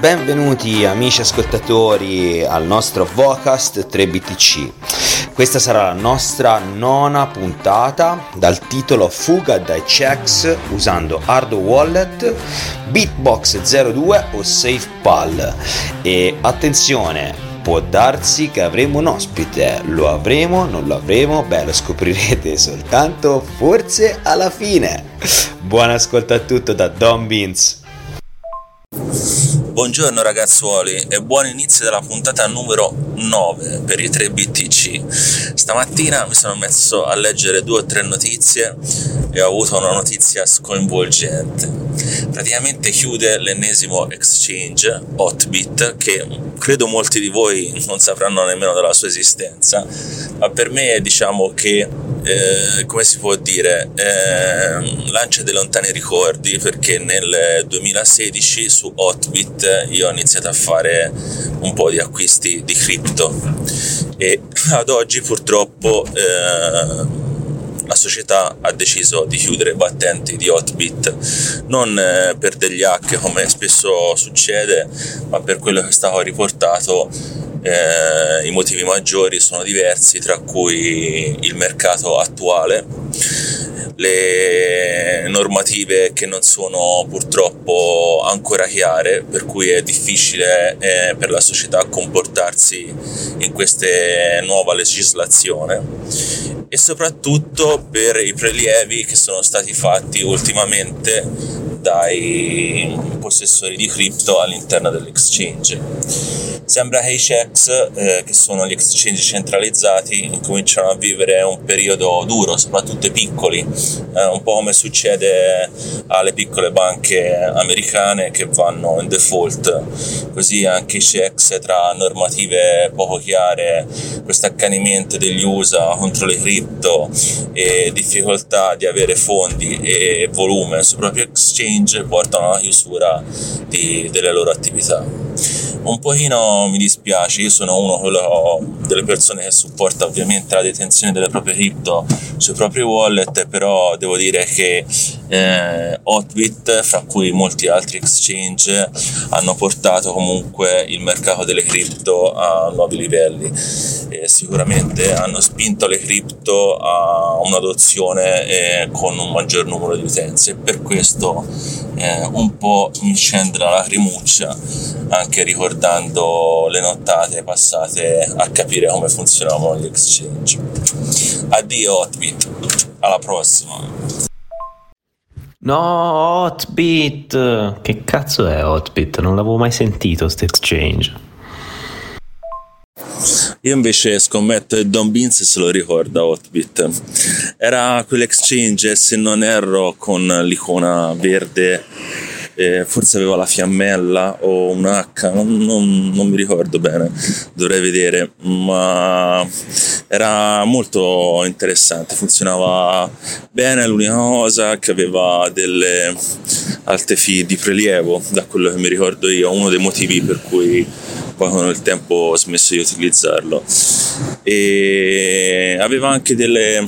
Benvenuti amici ascoltatori al nostro Vocast 3BTC. Questa sarà la nostra 9ª puntata dal titolo Fuga dai checks usando Hard Wallet, Bitbox 02 o SafePal. E attenzione, può darsi che avremo un ospite, lo avremo, non lo avremo, lo scoprirete soltanto forse alla fine. Buon ascolto a tutto da Don Beans. Buongiorno ragazzuoli e buon inizio della puntata numero 9 per i 3BTC. Stamattina mi sono messo a leggere 2 o 3 notizie e ho avuto una notizia sconvolgente. Praticamente chiude l'ennesimo exchange, Hotbit, che credo molti di voi non sapranno nemmeno della sua esistenza, ma per me diciamo che come si può dire, lancia dei lontani ricordi, perché nel 2016 su Hotbit io ho iniziato a fare un po' di acquisti di cripto e ad oggi purtroppo la società ha deciso di chiudere i battenti di Hotbit, non per degli hack come spesso succede, ma per quello che è stato riportato. I motivi maggiori sono diversi, tra cui il mercato attuale, le normative che non sono purtroppo ancora chiare, per cui è difficile per la società comportarsi in questa nuova legislazione, e soprattutto per i prelievi che sono stati fatti ultimamente dai possessori di cripto all'interno dell'exchange. Sembra che i checks, che sono gli exchange centralizzati, incominciano a vivere un periodo duro, soprattutto i piccoli, un po' come succede alle piccole banche americane che vanno in default. Così anche i checks, tra normative poco chiare, questo accanimento degli USA contro le cripto e difficoltà di avere fondi e volume sul proprio exchange, portano alla chiusura delle loro attività. Un pochino mi dispiace, io sono uno delle persone che supporta ovviamente la detenzione delle proprie cripto sui propri wallet, però devo dire che Hotbit, fra cui molti altri exchange, hanno portato comunque il mercato delle cripto a nuovi livelli e sicuramente hanno spinto le cripto a un'adozione con un maggior numero di utenze, e per questo un po' mi scende la lacrimuccia, anche ricordando le nottate passate a capire come funzionavano gli exchange. Addio Hotbit, alla prossima. No, Hotbit! Che cazzo è Hotbit? Non l'avevo mai sentito sto exchange. Io invece scommetto che Don Beans se lo ricorda Hotbit. Era quell'exchange, se non erro, con l'icona verde, forse aveva la fiammella o un H, non mi ricordo bene, dovrei vedere, ma era molto interessante, funzionava bene. L'unica cosa che aveva delle alte fee di prelievo, da quello che mi ricordo io, uno dei motivi per cui poi con il tempo ho smesso di utilizzarlo, e aveva anche delle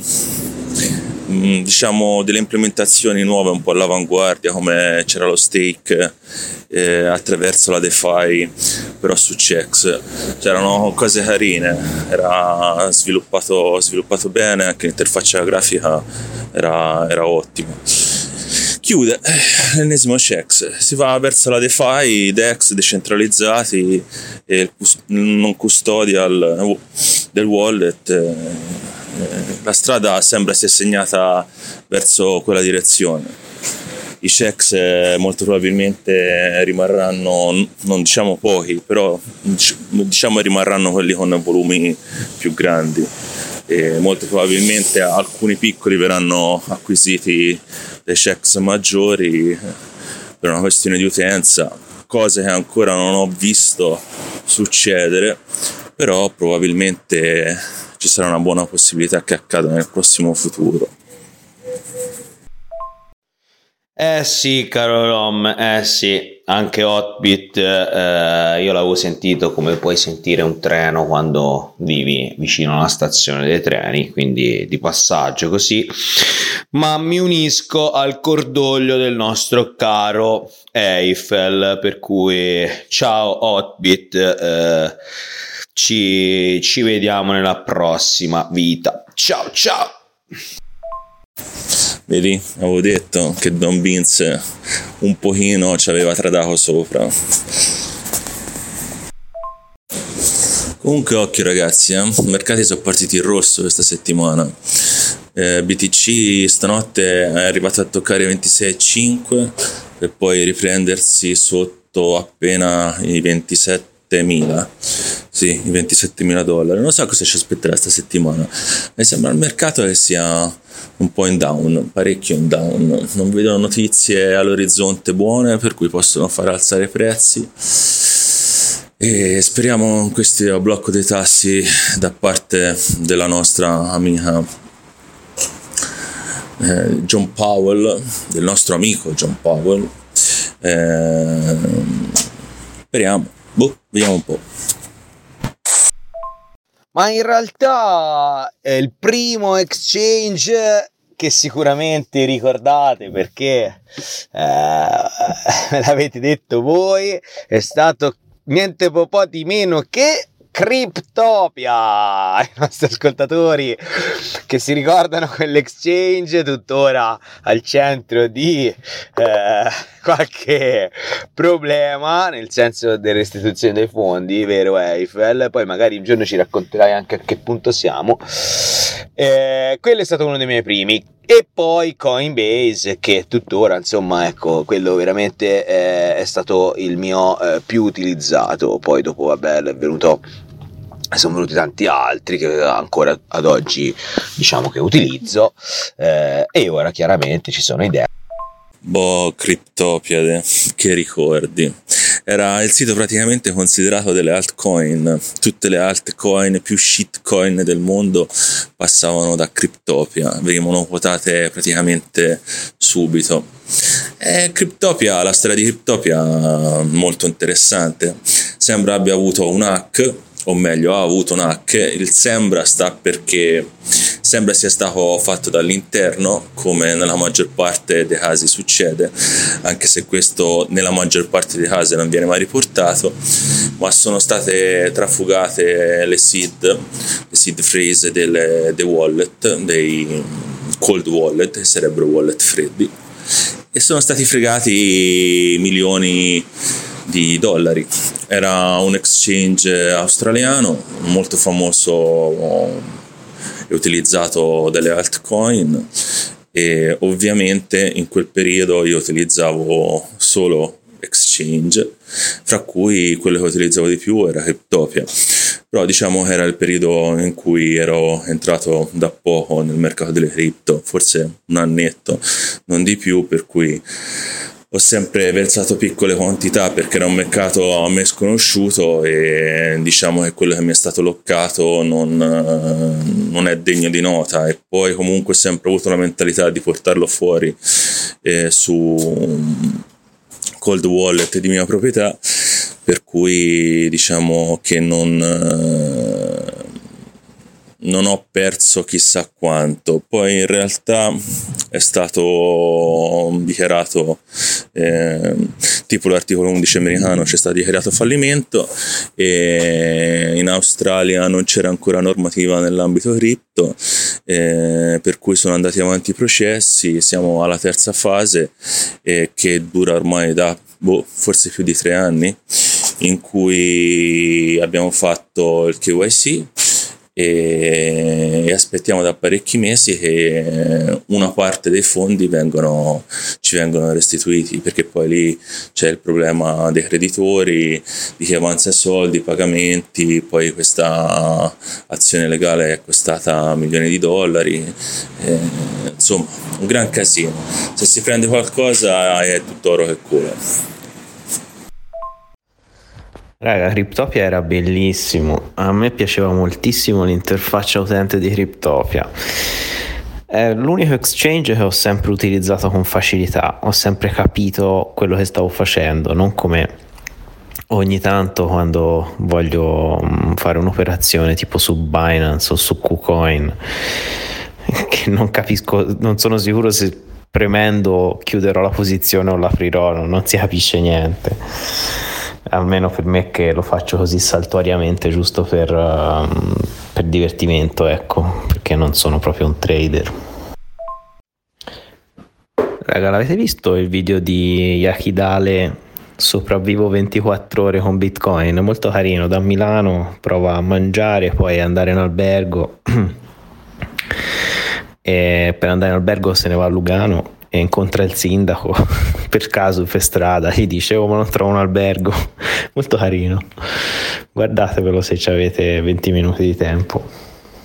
implementazioni nuove un po' all'avanguardia, come c'era lo stake attraverso la DeFi però su checks. C'erano cose carine, era sviluppato bene, anche l'interfaccia grafica era ottima. Chiude l'ennesimo checks, si va verso la DeFi, DEX decentralizzati e il non custodial del wallet. La strada sembra sia segnata verso quella direzione. I checks molto probabilmente rimarranno, non diciamo pochi, però diciamo rimarranno quelli con volumi più grandi, e molto probabilmente alcuni piccoli verranno acquisiti dai checks maggiori per una questione di utenza, cose che ancora non ho visto succedere, però probabilmente ci sarà una buona possibilità che accada nel prossimo futuro. Eh sì, caro Rom, sì, anche Hotbit, io l'avevo sentito come puoi sentire un treno quando vivi vicino a una stazione dei treni, quindi di passaggio così, ma mi unisco al cordoglio del nostro caro Eiffel, per cui ciao Hotbit, ci vediamo nella prossima vita, ciao ciao! Vedi, avevo detto che Don Vince un pochino ci aveva tradato sopra. Comunque occhio ragazzi, i mercati sono partiti in rosso questa settimana. BTC stanotte è arrivato a toccare 26,5 per poi riprendersi sotto appena i 27.000. Sì, i 27.000 dollari. Non so cosa ci aspetterà questa settimana. Mi sembra il mercato che sia un po' in down, parecchio in down. Non vedo notizie all'orizzonte buone per cui possono far alzare i prezzi. E speriamo in questo blocco dei tassi da parte della nostra amica John Powell, del nostro amico John Powell. Speriamo, vediamo un po'. Ma in realtà è il primo exchange che sicuramente ricordate perché me l'avete detto voi, è stato niente po' di meno che Cryptopia. I nostri ascoltatori che si ricordano quell'exchange tuttora al centro di qualche problema, nel senso della restituzione dei fondi, vero Eiffel? Poi magari un giorno ci racconterai anche a che punto siamo. Quello è stato uno dei miei primi. E poi Coinbase, che tuttora, insomma, ecco, quello veramente è stato il mio più utilizzato. Poi dopo, vabbè, sono venuti tanti altri che ancora ad oggi diciamo che utilizzo, e ora chiaramente ci sono idee. Cryptopia, che ricordi. Era il sito praticamente considerato delle altcoin. Tutte le altcoin più shitcoin del mondo passavano da Cryptopia, venivano quotate praticamente subito. Cryptopia, la storia di Cryptopia molto interessante. Sembra abbia avuto un hack, o meglio ha avuto un hack. Il sembra sta perché sembra sia stato fatto dall'interno, come nella maggior parte dei casi succede, anche se questo nella maggior parte dei casi non viene mai riportato, ma sono state trafugate le seed phrase dei wallet, dei cold wallet, che sarebbero wallet freddi, e sono stati fregati milioni di dollari. Era un exchange australiano molto famoso e utilizzato dalle altcoin, e ovviamente in quel periodo io utilizzavo solo exchange, fra cui quello che utilizzavo di più era Cryptopia, però diciamo che era il periodo in cui ero entrato da poco nel mercato delle cripto, forse un annetto, non di più, per cui ho sempre versato piccole quantità perché era un mercato a me sconosciuto, e diciamo che quello che mi è stato loccato non è degno di nota, e poi comunque ho sempre avuto la mentalità di portarlo fuori su cold wallet di mia proprietà, per cui diciamo che non ho perso chissà quanto. Poi in realtà è stato dichiarato tipo l'articolo 11 americano, c'è stato dichiarato fallimento, e in Australia non c'era ancora normativa nell'ambito cripto, per cui sono andati avanti i processi. Siamo alla terza fase, che dura ormai da forse più di 3 anni, in cui abbiamo fatto il KYC e aspettiamo da parecchi mesi che una parte dei fondi ci vengono restituiti, perché poi lì c'è il problema dei creditori, di chi avanza i soldi, i pagamenti. Poi questa azione legale è costata milioni di dollari, insomma un gran casino. Se si prende qualcosa è tutto oro che cola. Raga, Cryptopia era bellissimo, a me piaceva moltissimo l'interfaccia utente di Cryptopia. È l'unico exchange che ho sempre utilizzato con facilità, ho sempre capito quello che stavo facendo, non come ogni tanto quando voglio fare un'operazione tipo su Binance o su KuCoin, che non capisco, non sono sicuro se premendo chiuderò la posizione o l'aprirò, non si capisce niente, almeno per me che lo faccio così saltuariamente giusto per divertimento, ecco, perché non sono proprio un trader. Raga, l'avete visto il video di Yakidale sopravvivo 24 ore con Bitcoin? È molto carino, da Milano prova a mangiare, poi andare in albergo e per andare in albergo se ne va a Lugano e incontra il sindaco per caso per strada, gli dice ma non trovo un albergo. Molto carino, guardatevelo se avete 20 minuti di tempo.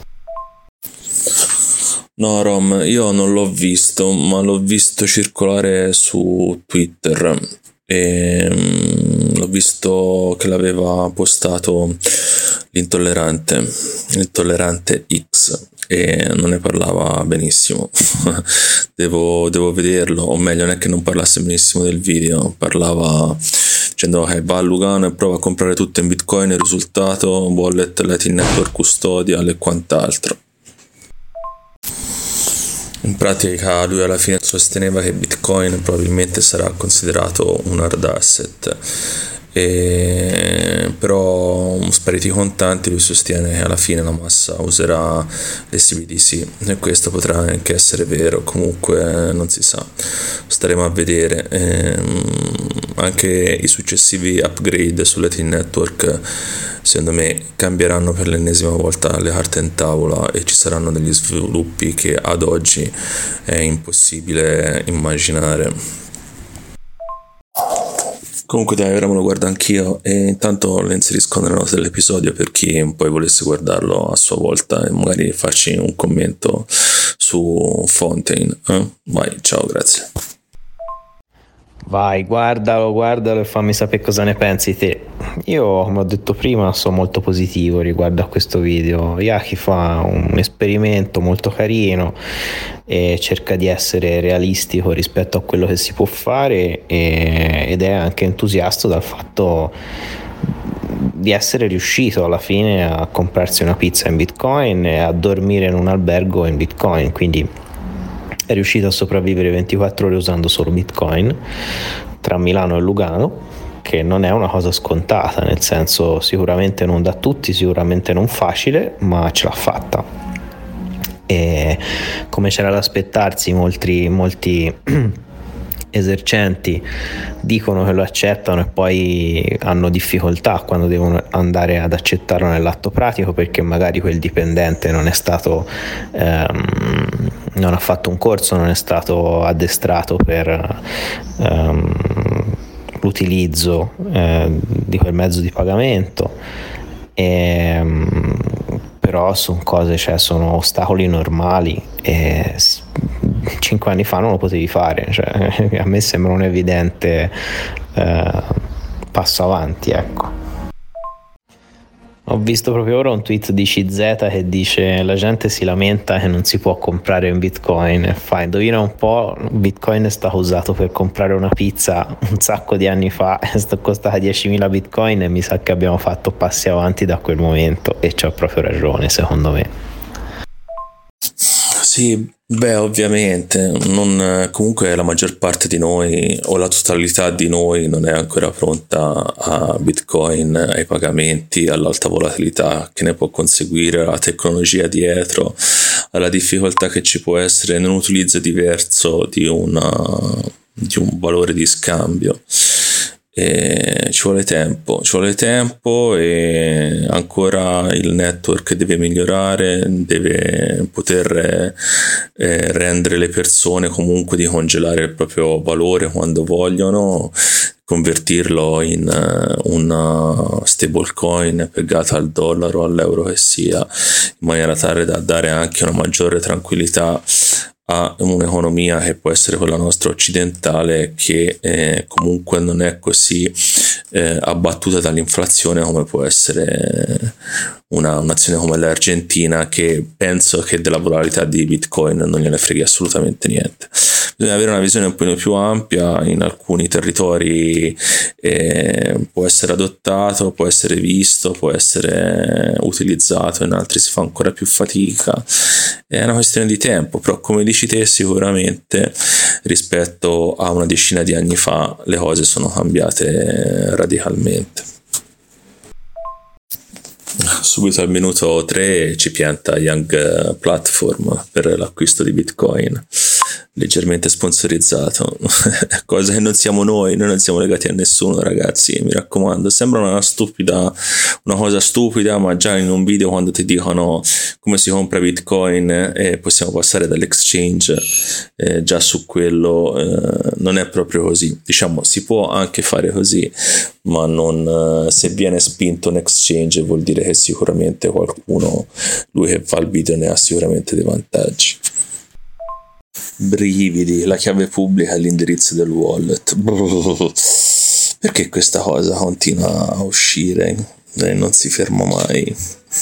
No, Rom, io non l'ho visto, ma l'ho visto circolare su Twitter e l'ho visto che l'aveva postato l'intollerante X e non ne parlava benissimo. devo vederlo, o meglio, non è che non parlasse benissimo del video, parlava dicendo ok, va a Lugano e prova a comprare tutto in Bitcoin, il risultato wallet, Lightning Network, custodial e quant'altro. In pratica lui alla fine sosteneva che Bitcoin probabilmente sarà considerato un hard asset, però spariti i contanti lui sostiene che alla fine la massa userà le CBDC e questo potrà anche essere vero, comunque non si sa, staremo a vedere. Anche i successivi upgrade su Lightning Network secondo me cambieranno per l'ennesima volta le carte in tavola e ci saranno degli sviluppi che ad oggi è impossibile immaginare. Comunque dai, ora me lo guardo anch'io e intanto lo inserisco nelle note dell'episodio per chi poi volesse guardarlo a sua volta e magari farci un commento su Fontaine. Vai, ciao, grazie. Vai, guardalo e fammi sapere cosa ne pensi te. Io, come ho detto prima, sono molto positivo riguardo a questo video. Yaki fa un esperimento molto carino e cerca di essere realistico rispetto a quello che si può fare ed è anche entusiasta dal fatto di essere riuscito alla fine a comprarsi una pizza in Bitcoin e a dormire in un albergo in Bitcoin, quindi è riuscito a sopravvivere 24 ore usando solo Bitcoin tra Milano e Lugano, che non è una cosa scontata, nel senso sicuramente non da tutti, sicuramente non facile, ma ce l'ha fatta. E come c'era da aspettarsi, molti esercenti dicono che lo accettano e poi hanno difficoltà quando devono andare ad accettarlo nell'atto pratico, perché magari quel dipendente non è stato non ha fatto un corso, non è stato addestrato per l'utilizzo di quel mezzo di pagamento, però sono cose, cioè sono ostacoli normali e 5 anni fa non lo potevi fare, cioè, a me sembra un evidente passo avanti, ecco. Ho visto proprio ora un tweet di CZ che dice la gente si lamenta che non si può comprare in Bitcoin e fa, indovina un po', Bitcoin è stato usato per comprare una pizza un sacco di anni fa, è costata 10.000 Bitcoin e mi sa che abbiamo fatto passi avanti da quel momento e c'ho proprio ragione secondo me. Sì, beh, ovviamente, comunque la maggior parte di noi o la totalità di noi non è ancora pronta a Bitcoin, ai pagamenti, all'alta volatilità che ne può conseguire, alla tecnologia dietro, alla difficoltà che ci può essere in un utilizzo diverso di un valore di scambio. E ci vuole tempo e ancora il network deve migliorare, deve poter rendere le persone comunque di congelare il proprio valore quando vogliono, convertirlo in una stablecoin pegata al dollaro o all'euro che sia, in maniera tale da dare anche una maggiore tranquillità a un'economia che può essere quella nostra occidentale, che comunque non è così abbattuta dall'inflazione come può essere un'azione come l'Argentina, che penso che della volatilità di Bitcoin non gliene freghi assolutamente niente. Bisogna avere una visione un po' più ampia. In alcuni territori può essere adottato, può essere visto, può essere utilizzato, in altri si fa ancora più fatica. È una questione di tempo, però come dici te, sicuramente rispetto a una decina di anni fa le cose sono cambiate radicalmente. Subito al minuto 3 ci pianta Young Platform per l'acquisto di Bitcoin, leggermente sponsorizzato. Cosa che non siamo noi non siamo legati a nessuno, ragazzi, mi raccomando. Sembra una cosa stupida, ma già in un video, quando ti dicono come si compra Bitcoin e possiamo passare dall'exchange, già su quello non è proprio così. Diciamo, si può anche fare così, ma non se viene spinto un exchange vuol dire che sicuramente qualcuno, lui che fa il video, ne ha sicuramente dei vantaggi. Brividi, la chiave pubblica e l'indirizzo del wallet. Perché questa cosa continua a uscire e non si ferma mai?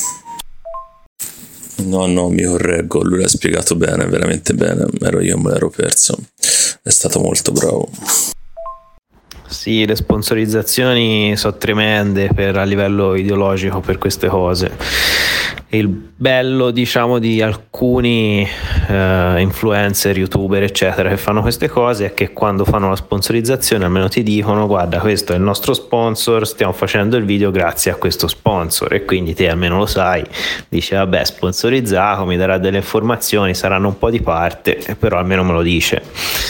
No, mi correggo, lui l'ha spiegato bene, veramente bene, ero io che me l'ero perso, è stato molto bravo. Sì, le sponsorizzazioni sono tremende a livello ideologico per queste cose. Il bello, diciamo, di alcuni influencer, youtuber eccetera che fanno queste cose è che quando fanno la sponsorizzazione almeno ti dicono: guarda, questo è il nostro sponsor, stiamo facendo il video grazie a questo sponsor, e quindi te almeno lo sai, dici vabbè, sponsorizzato, mi darà delle informazioni, saranno un po' di parte, però almeno me lo dice.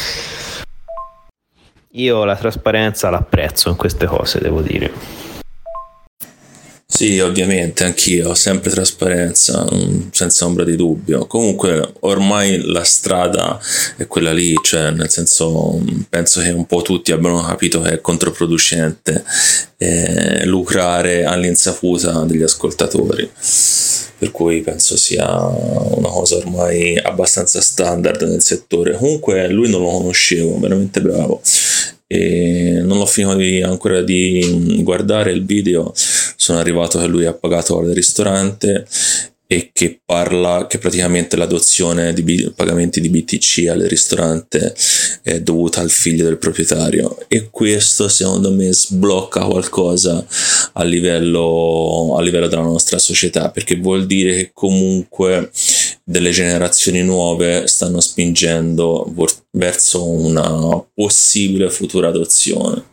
Io la trasparenza l'apprezzo in queste cose, devo dire. Sì, ovviamente, anch'io, sempre trasparenza, senza ombra di dubbio. Comunque ormai la strada è quella lì, cioè nel senso, penso che un po' tutti abbiano capito che è controproducente lucrare all'insaputa degli ascoltatori, per cui penso sia una cosa ormai abbastanza standard nel settore. Comunque lui non lo conoscevo, veramente bravo, e non l'ho finito ancora di guardare il video. Sono arrivato che lui ha pagato al ristorante e che parla che praticamente l'adozione di pagamenti di BTC al ristorante è dovuta al figlio del proprietario, e questo secondo me sblocca qualcosa a livello della nostra società, perché vuol dire che comunque delle generazioni nuove stanno spingendo verso una possibile futura adozione.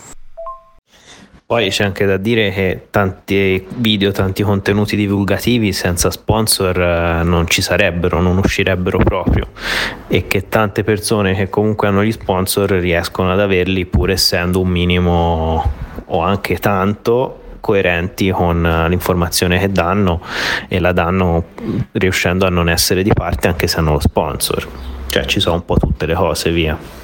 Poi c'è anche da dire che tanti video, tanti contenuti divulgativi senza sponsor non ci sarebbero, non uscirebbero proprio, e che tante persone che comunque hanno gli sponsor riescono ad averli pur essendo un minimo o anche tanto coerenti con l'informazione che danno, e la danno riuscendo a non essere di parte anche se hanno lo sponsor. Cioè ci sono un po' tutte le cose, via.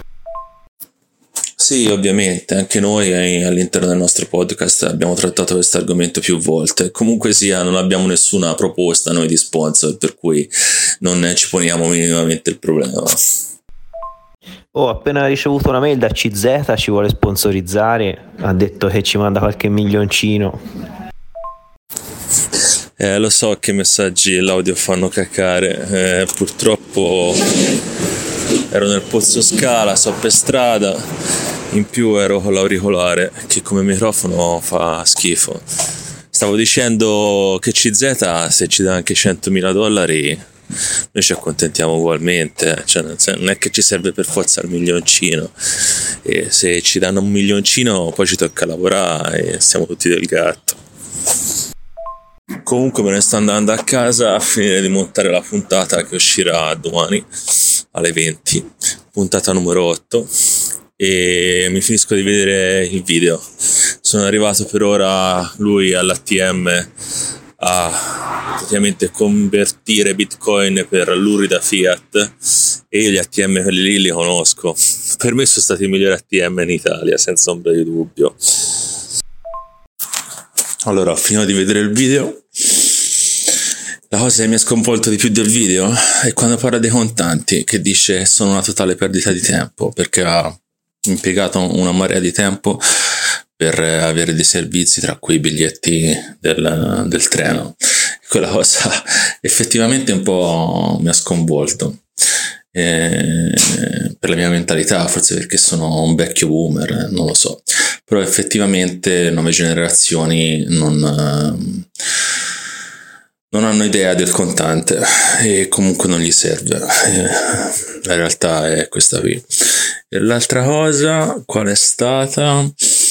Sì, ovviamente, anche noi all'interno del nostro podcast abbiamo trattato questo argomento più volte. Comunque sia, non abbiamo nessuna proposta noi di sponsor, per cui non ci poniamo minimamente il problema. Ho appena ricevuto una mail da CZ, ci vuole sponsorizzare, ha detto che ci manda qualche milioncino. Lo so che messaggi e l'audio fanno cacare, purtroppo ero nel Pozzo Scala, so per strada, in più ero con l'auricolare che come microfono fa schifo. Stavo dicendo che CZ, se ci dà anche $100.000, noi ci accontentiamo ugualmente, cioè non è che ci serve per forza il milioncino, e se ci danno un milioncino poi ci tocca lavorare e siamo tutti del gatto. Comunque me ne sto andando a casa a finire di montare la puntata che uscirà domani alle 20, puntata numero 8, e mi finisco di vedere il video. Sono arrivato per ora, lui all'ATM a praticamente convertire Bitcoin per l'URI da Fiat, e io gli ATM quelli lì li conosco, per me sono stati i migliori ATM in Italia, senza ombra di dubbio. Allora, ho finito di vedere il video. La cosa che mi ha sconvolto di più del video è quando parla dei contanti, che dice che sono una totale perdita di tempo, perché ha impiegato una marea di tempo per avere dei servizi, tra cui i biglietti del treno. Quella cosa effettivamente un po' mi ha sconvolto, per la mia mentalità, forse perché sono un vecchio boomer, non lo so, però effettivamente le nuove generazioni non hanno idea del contante e comunque non gli serve. La realtà è questa qui. E l'altra cosa qual è stata?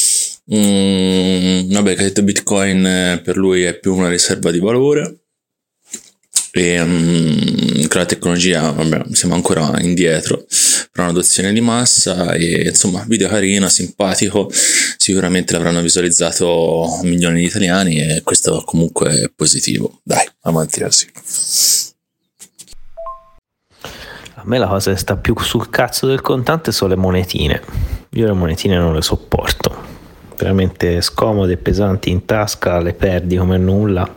Vabbè, che il Bitcoin per lui è più una riserva di valore e che la tecnologia, vabbè, siamo ancora indietro per un'adozione di massa. E insomma, video carino, simpatico, sicuramente l'avranno visualizzato milioni di italiani e questo comunque è positivo. Dai, avanti così. A me la cosa che sta più sul cazzo del contante sono le monetine. Io le monetine non le sopporto, veramente scomode, pesanti in tasca, le perdi come nulla.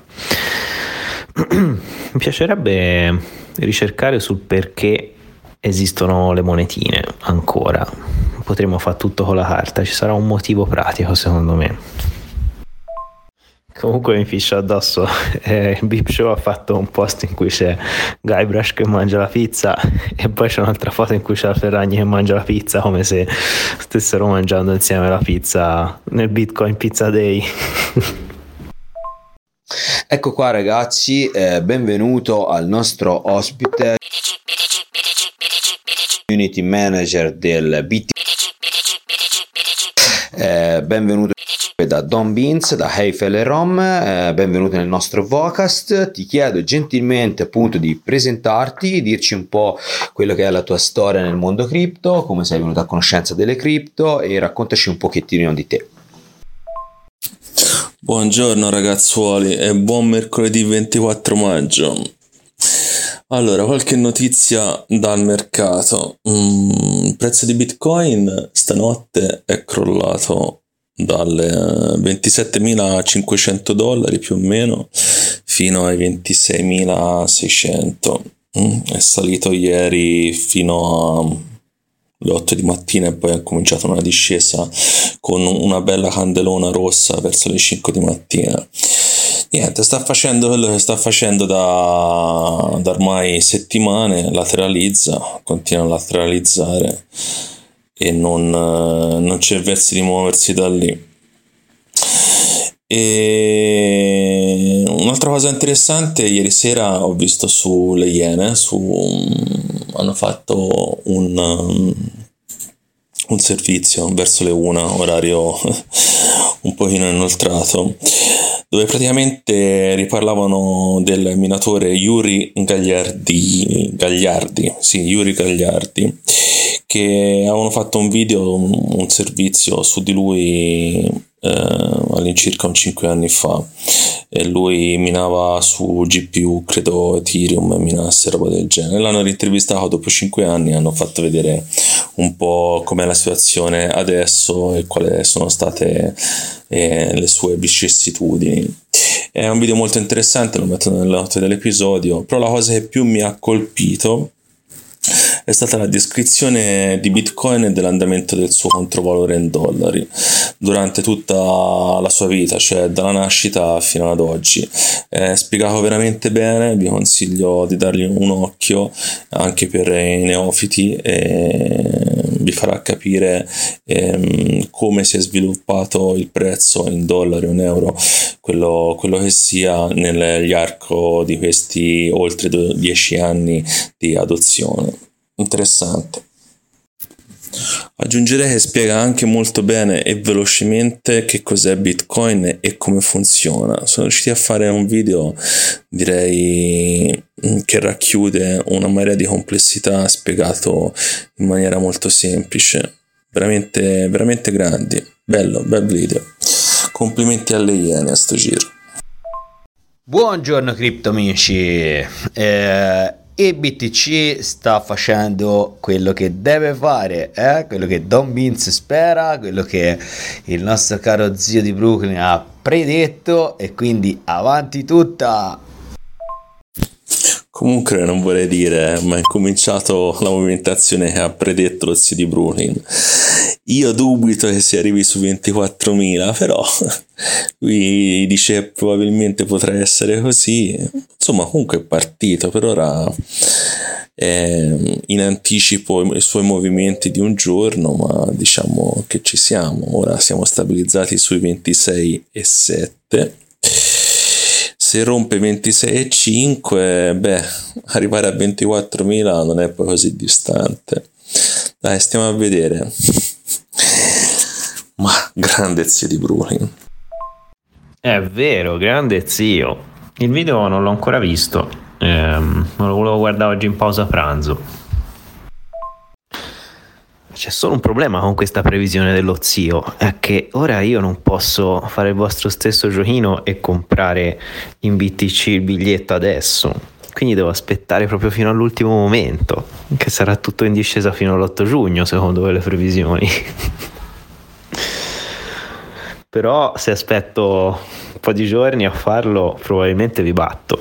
Mi piacerebbe ricercare sul perché esistono le monetine ancora. Potremmo fare tutto con la carta, ci sarà un motivo pratico secondo me. Comunque mi fiscia addosso. Beep Show ha fatto un post in cui c'è Guybrush che mangia la pizza e poi c'è un'altra foto in cui c'è la Ferragni che mangia la pizza, come se stessero mangiando insieme la pizza nel Bitcoin Pizza Day. Ecco qua ragazzi, benvenuto al nostro ospite, Community Manager del BT. Benvenuto da Don Beans, da Heifel Rom, benvenuto nel nostro Vocast. Ti chiedo gentilmente appunto di presentarti, dirci un po' quello che è la tua storia nel mondo cripto, come sei venuto a conoscenza delle cripto e raccontaci un pochettino di te. Buongiorno ragazzuoli e buon mercoledì 24 maggio. Allora, qualche notizia dal mercato. Il prezzo di Bitcoin stanotte è crollato dalle $27.500 più o meno fino ai 26.600. È salito ieri fino alle 8 di mattina e poi è cominciata una discesa con una bella candelona rossa verso le 5 di mattina. Niente, sta facendo quello che sta facendo da ormai settimane, lateralizza, continua a lateralizzare e non c'è verso di muoversi da lì. E un'altra cosa interessante, ieri sera ho visto sulle Iene, hanno fatto un servizio verso le 1, orario un pochino inoltrato, dove praticamente riparlavano del minatore Yuri Gagliardi, che avevano fatto un video, un servizio su di lui all'incirca 5 anni fa, e lui minava su GPU, credo Ethereum, minasse roba del genere. L'hanno rintervistato dopo 5 anni, hanno fatto vedere un po' com'è la situazione adesso e quali sono state le sue vicissitudini. È un video molto interessante, lo metto nelle note dell'episodio, però la cosa che più mi ha colpito è stata la descrizione di Bitcoin e dell'andamento del suo controvalore in dollari durante tutta la sua vita, cioè dalla nascita fino ad oggi. È spiegato veramente bene, vi consiglio di dargli un occhio anche per i neofiti, vi farà capire come si è sviluppato il prezzo in dollari o in euro, quello che sia, negli arco di questi oltre 10 anni di adozione. Interessante. Aggiungerei che spiega anche molto bene e velocemente che cos'è Bitcoin e come funziona. Sono riusciti a fare un video, direi, che racchiude una marea di complessità spiegato in maniera molto semplice. Veramente, veramente grandi. Bel video. Complimenti alle Iene a sto giro. Buongiorno criptoamici. E BTC sta facendo quello che deve fare, quello che Don Beans spera, quello che il nostro caro zio di Brooklyn ha predetto, e quindi avanti tutta. Comunque non vorrei dire, ma è cominciato la movimentazione che ha predetto lo zio di Brooklyn. Io dubito che si arrivi su 24.000, però lui dice che probabilmente potrà essere così. Insomma, comunque è partito, per ora è in anticipo i suoi movimenti di un giorno, ma diciamo che ci siamo. Ora siamo stabilizzati sui 26,7. Se rompe 26,5, arrivare a 24.000 non è poi così distante. Dai, stiamo a vedere. Ma grande zio di Brooklyn. È vero, grande zio. Il video non l'ho ancora visto, lo volevo guardare oggi in pausa pranzo. C'è solo un problema con questa previsione dello zio, è che ora io non posso fare il vostro stesso giochino e comprare in BTC il biglietto adesso, quindi devo aspettare proprio fino all'ultimo momento, che sarà tutto in discesa fino all'8 giugno secondo le previsioni. Però se aspetto un po' di giorni a farlo probabilmente vi batto.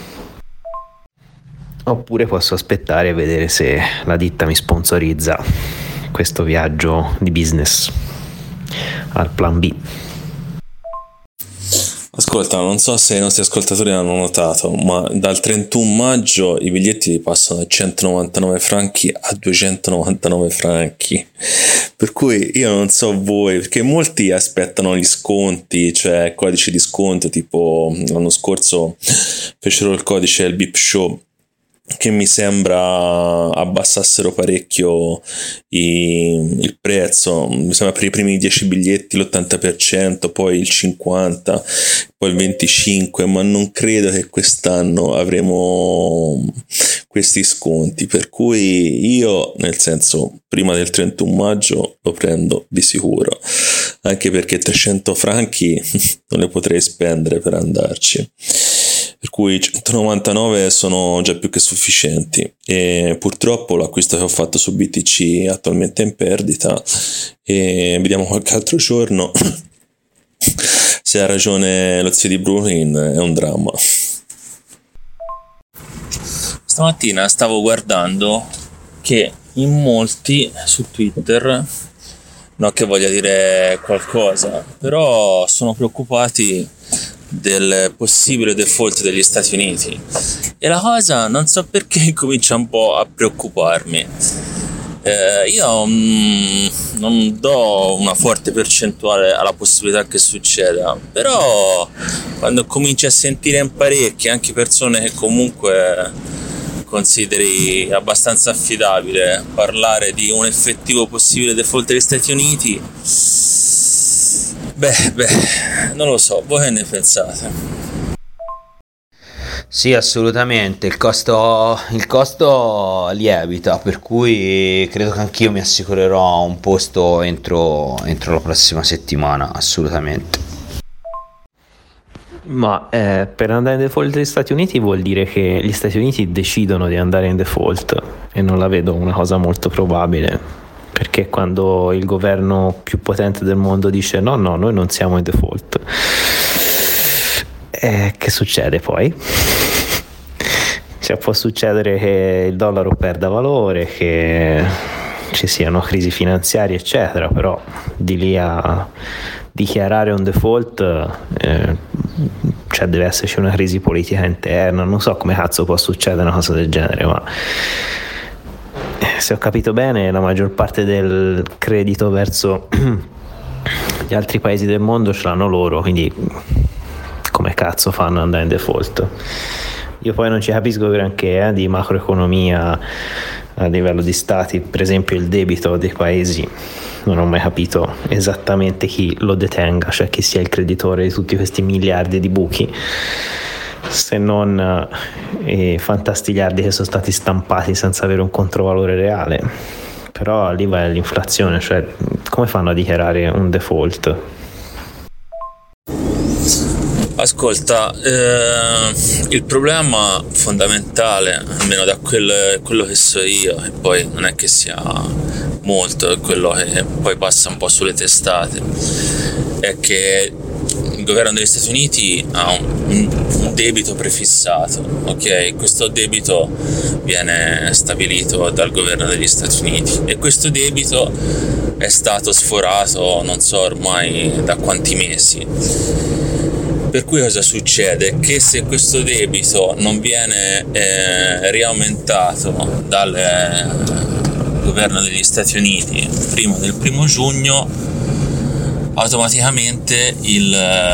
Oppure posso aspettare e vedere se la ditta mi sponsorizza questo viaggio di business al plan B. Ascolta, non so se i nostri ascoltatori hanno notato, ma dal 31 maggio i biglietti passano da 199 franchi a 299 franchi. Per cui io non so voi, perché molti aspettano gli sconti, cioè codici di sconto, tipo l'anno scorso fecero il codice del Beep Show, che mi sembra abbassassero parecchio il prezzo. Mi sembra per i primi 10 biglietti l'80%, poi il 50%, poi il 25%, ma non credo che quest'anno avremo questi sconti, per cui io, nel senso, prima del 31 maggio lo prendo di sicuro, anche perché 300 franchi non ne potrei spendere per andarci. Per cui 199 sono già più che sufficienti, e purtroppo l'acquisto che ho fatto su BTC attualmente è in perdita, e vediamo qualche altro giorno. Se ha ragione lo zio di Brooklyn, è un dramma. Stamattina stavo guardando che in molti su Twitter, non che voglia dire qualcosa, però sono preoccupati del possibile default degli Stati Uniti, e la cosa non so perché comincia un po' a preoccuparmi. Io non do una forte percentuale alla possibilità che succeda, però quando cominci a sentire in parecchie anche persone che comunque consideri abbastanza affidabile parlare di un effettivo possibile default degli Stati Uniti, non lo so, voi che ne pensate? Sì, assolutamente, il costo lievita, per cui credo che anch'io mi assicurerò un posto entro la prossima settimana, assolutamente. Ma per andare in default negli Stati Uniti vuol dire che gli Stati Uniti decidono di andare in default, e non la vedo una cosa molto probabile, perché quando il governo più potente del mondo dice no, noi non siamo in default, che succede poi? Cioè, può succedere che il dollaro perda valore, che ci siano crisi finanziarie eccetera, però di lì a dichiarare un default cioè deve esserci una crisi politica interna. Non so come cazzo può succedere una cosa del genere, ma se ho capito bene la maggior parte del credito verso gli altri paesi del mondo ce l'hanno loro, quindi come cazzo fanno ad andare in default? Io poi non ci capisco granché di macroeconomia a livello di stati, per esempio il debito dei paesi, non ho mai capito esattamente chi lo detenga, cioè chi sia il creditore di tutti questi miliardi di buchi, se non i fantastigliardi che sono stati stampati senza avere un controvalore reale. Però lì va l'inflazione, cioè come fanno a dichiarare un default? Ascolta, il problema fondamentale, almeno da quello che so io, e poi non è che sia molto, è quello che poi passa un po' sulle testate, è che governo degli Stati Uniti ha un debito prefissato, ok? Questo debito viene stabilito dal governo degli Stati Uniti e questo debito è stato sforato non so ormai da quanti mesi. Per cui cosa succede? Che se questo debito non viene riaumentato dal governo degli Stati Uniti prima del 1 giugno, automaticamente gli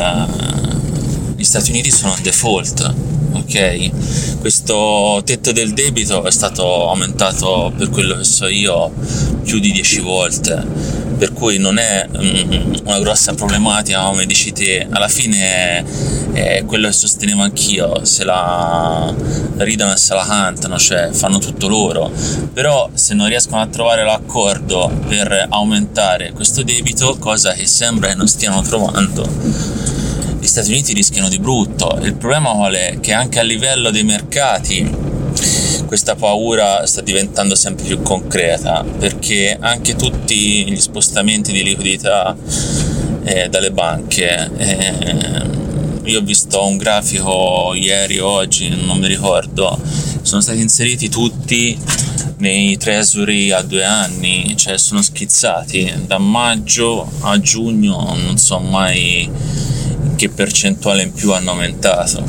Stati Uniti sono in default, ok? Questo tetto del debito è stato aumentato, per quello che so io, più di 10 volte, per cui non è una grossa problematica come dici te. Alla fine è quello che sostenevo anch'io, se la ridono e se la cantano, cioè fanno tutto loro, però se non riescono a trovare l'accordo per aumentare questo debito, cosa che sembra che non stiano trovando, gli Stati Uniti rischiano di brutto. Il problema qual è? Che anche a livello dei mercati questa paura sta diventando sempre più concreta, perché anche tutti gli spostamenti di liquidità dalle banche, io ho visto un grafico ieri o oggi, non mi ricordo, sono stati inseriti tutti nei treasury a 2 anni, cioè sono schizzati da maggio a giugno, non so mai che percentuale in più hanno aumentato.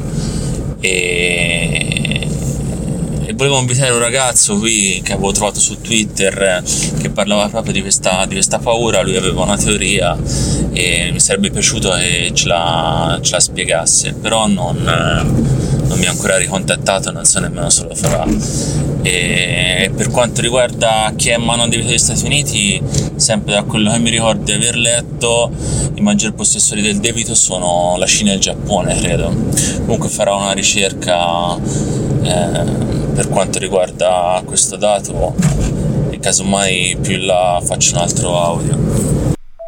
E volevo invitare un ragazzo qui che avevo trovato su Twitter che parlava proprio di questa paura. Lui aveva una teoria e mi sarebbe piaciuto che ce la spiegasse, però non mi ha ancora ricontattato, non so nemmeno se lo farà. E per quanto riguarda chi è mano debito degli Stati Uniti, sempre da quello che mi ricordo di aver letto, i maggiori possessori del debito sono la Cina e il Giappone, credo. Comunque farò una ricerca per quanto riguarda questo dato e casomai più in là faccio un altro audio.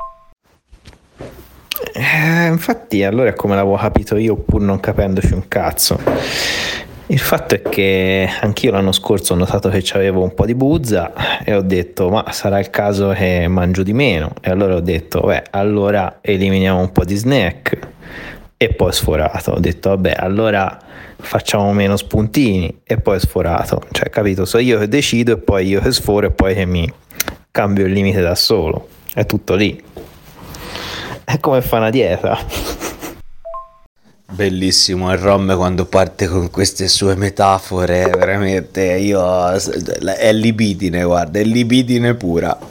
Infatti allora è come l'avevo capito io, pur non capendoci un cazzo. Il fatto è che anch'io l'anno scorso ho notato che c'avevo un po' di buzza e ho detto ma sarà il caso che mangio di meno, e allora ho detto allora eliminiamo un po' di snack, e poi sforato, ho detto vabbè allora facciamo meno spuntini, e poi sforato, cioè capito, so io che decido e poi io che sforo e poi che mi cambio il limite da solo, è tutto lì, è come fa una dieta. Bellissimo il Rom quando parte con queste sue metafore, veramente è libidine, guarda, è libidine pura.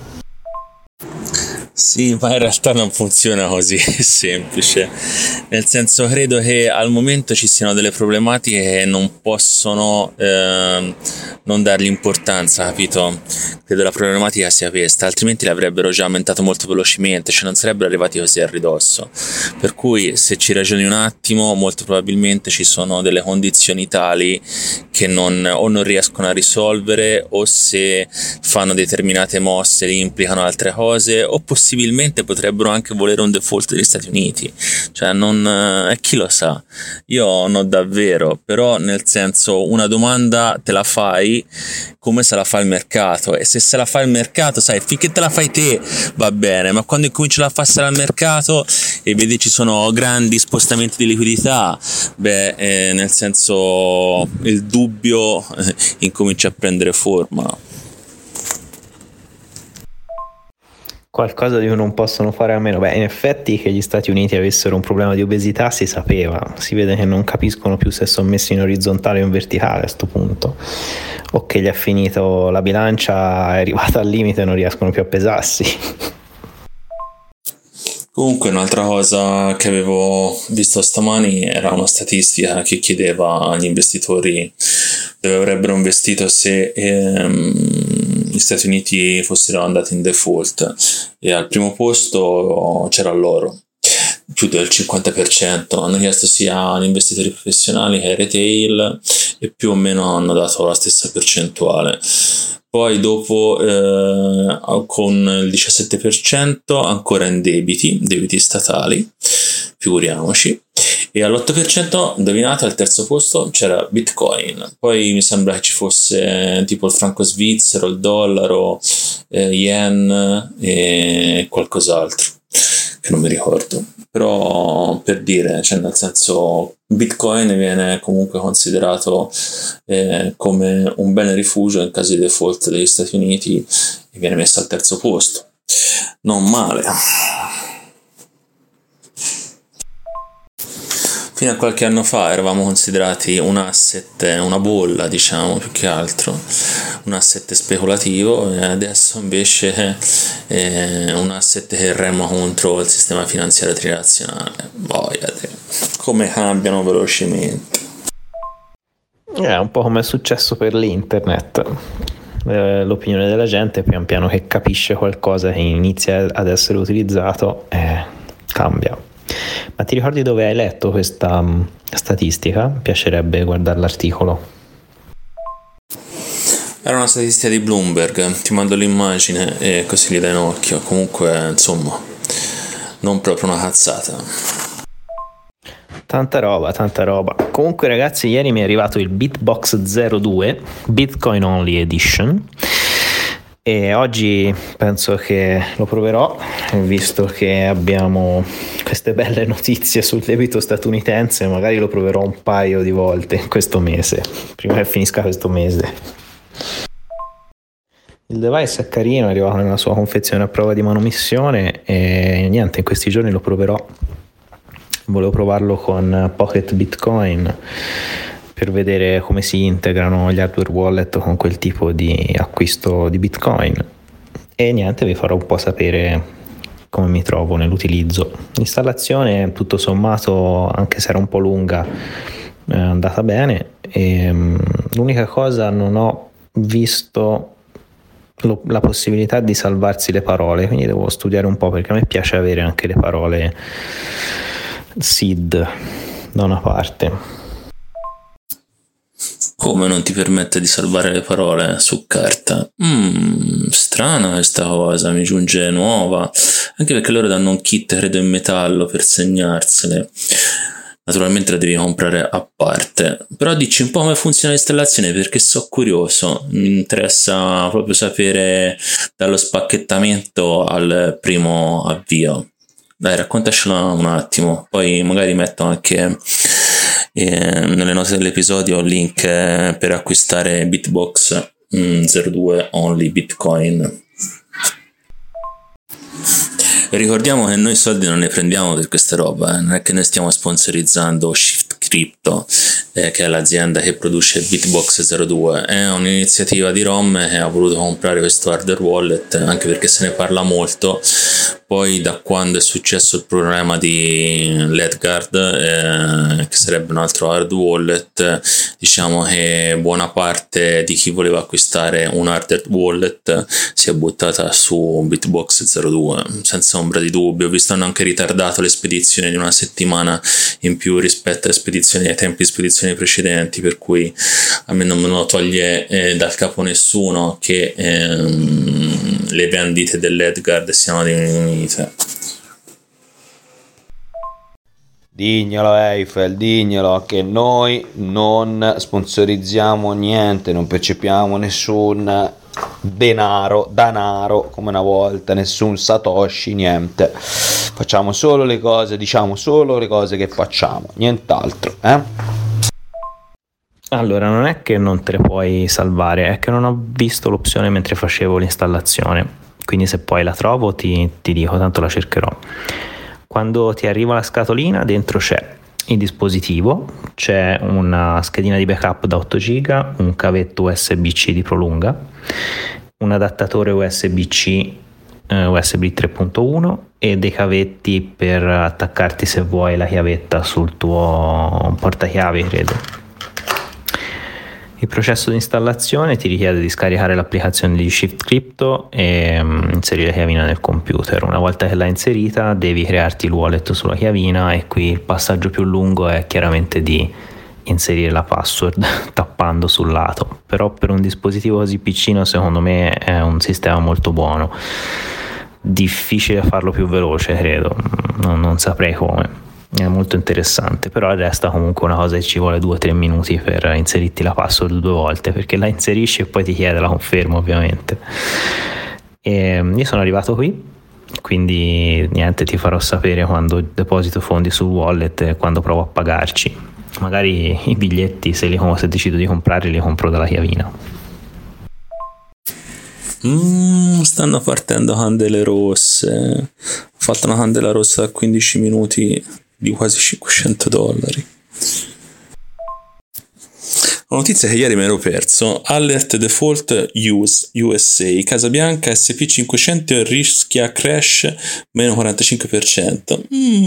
Sì, ma in realtà non funziona così semplice, nel senso credo che al momento ci siano delle problematiche che non possono non dargli importanza, capito? Credo la problematica sia questa, altrimenti l'avrebbero già aumentato molto velocemente, cioè non sarebbero arrivati così a ridosso, per cui se ci ragioni un attimo molto probabilmente ci sono delle condizioni tali che non riescono a risolvere, o se fanno determinate mosse li implicano altre cose, o possibilmente potrebbero anche volere un default degli Stati Uniti, cioè chi lo sa, io non davvero, però nel senso una domanda te la fai come se la fa il mercato, e se la fa il mercato, sai, finché te la fai te va bene, ma quando incominci a farsela al mercato e vedi ci sono grandi spostamenti di liquidità, nel senso il dubbio incomincia a prendere forma. Qualcosa di cui non possono fare a meno. In effetti che gli Stati Uniti avessero un problema di obesità si sapeva, si vede che non capiscono più se sono messi in orizzontale o in verticale a sto punto, o che gli è finito la bilancia, è arrivata al limite e non riescono più a pesarsi. Comunque un'altra cosa che avevo visto stamani era una statistica che chiedeva agli investitori dove avrebbero investito se gli Stati Uniti fossero andati in default, e al primo posto c'era l'oro, più del 50%. Hanno chiesto sia agli investitori professionali che ai retail e più o meno hanno dato la stessa percentuale. Poi dopo con il 17% ancora in debiti statali, figuriamoci, e all'8%, indovinate, al terzo posto c'era Bitcoin, poi mi sembra che ci fosse tipo il franco svizzero, il dollaro, yen e qualcos'altro. che non mi ricordo, però per dire, cioè nel senso, Bitcoin viene comunque considerato come un bene rifugio in caso di default degli Stati Uniti e viene messo al terzo posto. Non male. Fino a qualche anno fa eravamo considerati un asset, una bolla, diciamo, più che altro, un asset speculativo, e adesso invece è un asset che rema contro il sistema finanziario trirazionale. Boiate, come cambiano velocemente. È un po' come è successo per l'internet. L'opinione della gente pian piano che capisce qualcosa che inizia ad essere utilizzato cambia. Ma ti ricordi dove hai letto questa statistica? Mi piacerebbe guardare l'articolo. Era una statistica di Bloomberg, ti mando l'immagine e così gli dai un occhio. Comunque, insomma, non proprio una cazzata. Tanta roba. Comunque ragazzi, ieri mi è arrivato il Bitbox 02 Bitcoin Only Edition e oggi penso che lo proverò, visto che abbiamo queste belle notizie sul debito statunitense. Magari lo proverò un paio di volte in questo mese, prima che finisca questo mese. Il device è carino, è arrivato nella sua confezione a prova di manomissione e niente, in questi giorni lo proverò. Volevo provarlo con Pocket Bitcoin per vedere come si integrano gli hardware wallet con quel tipo di acquisto di Bitcoin e niente, vi farò un po' sapere come mi trovo nell'utilizzo. L'installazione tutto sommato, anche se era un po' lunga, è andata bene e l'unica cosa, non ho visto la possibilità di salvarsi le parole, quindi devo studiare un po', perché a me piace avere anche le parole SID da una parte. Come non ti permette di salvare le parole su carta? Strana questa cosa, mi giunge nuova, anche perché loro danno un kit, credo in metallo, per segnarsele. Naturalmente la devi comprare a parte, però dici un po' come funziona l'installazione, perché so curioso, mi interessa proprio sapere dallo spacchettamento al primo avvio. Dai, raccontacelo un attimo, poi magari metto anche nelle note dell'episodio il link per acquistare Bitbox 02 Only Bitcoin. Ricordiamo che noi soldi non ne prendiamo per questa roba, non è che noi stiamo sponsorizzando Shift Crypto, che è l'azienda che produce Bitbox 02, è un'iniziativa di Rom che ha voluto comprare questo hardware wallet, anche perché se ne parla molto. Poi da quando è successo il problema di Ledgard, che sarebbe un altro hard wallet, diciamo che buona parte di chi voleva acquistare un hard wallet si è buttata su Bitbox 02 senza ombra di dubbio, visto che hanno anche ritardato le spedizioni di una settimana in più rispetto alle spedizioni, ai tempi di spedizioni precedenti, per cui a me non me lo toglie dal capo nessuno che le vendite dell'Edgard siano diminuite. Dignalo Eiffel, dignalo, che noi non sponsorizziamo niente, non percepiamo nessun danaro come una volta, nessun Satoshi, niente. Facciamo solo le cose, diciamo solo le cose che facciamo, nient'altro, Allora, non è che non te le puoi salvare, è che non ho visto l'opzione mentre facevo l'installazione, quindi se poi la trovo ti dico, tanto la cercherò. Quando ti arriva la scatolina, dentro c'è il dispositivo, c'è una schedina di backup da 8 GB, un cavetto USB-C di prolunga, un adattatore USB-C USB 3.1 e dei cavetti per attaccarti, se vuoi, la chiavetta sul tuo portachiavi, credo. Il processo di installazione ti richiede di scaricare l'applicazione di Shift Crypto e inserire la chiavina nel computer. Una volta che l'hai inserita, devi crearti il wallet sulla chiavina, e qui il passaggio più lungo è chiaramente di inserire la password tappando sul lato. Però per un dispositivo così piccino, secondo me è un sistema molto buono. Difficile farlo più veloce, credo, non saprei come. È molto interessante, però resta comunque una cosa che ci vuole 2-3 minuti per inserirti la password 2 volte, perché la inserisci e poi ti chiede la conferma, ovviamente. E io sono arrivato qui, quindi niente, ti farò sapere quando deposito fondi sul wallet e quando provo a pagarci. Magari i biglietti, se decido di comprarli, li compro dalla chiavina. Stanno partendo candele rosse. Ho fatto una candela rossa da 15 minuti di quasi $500. Una notizia che ieri mi ero perso: Alert Default USA, Casa Bianca SP500 rischia crash meno 45%.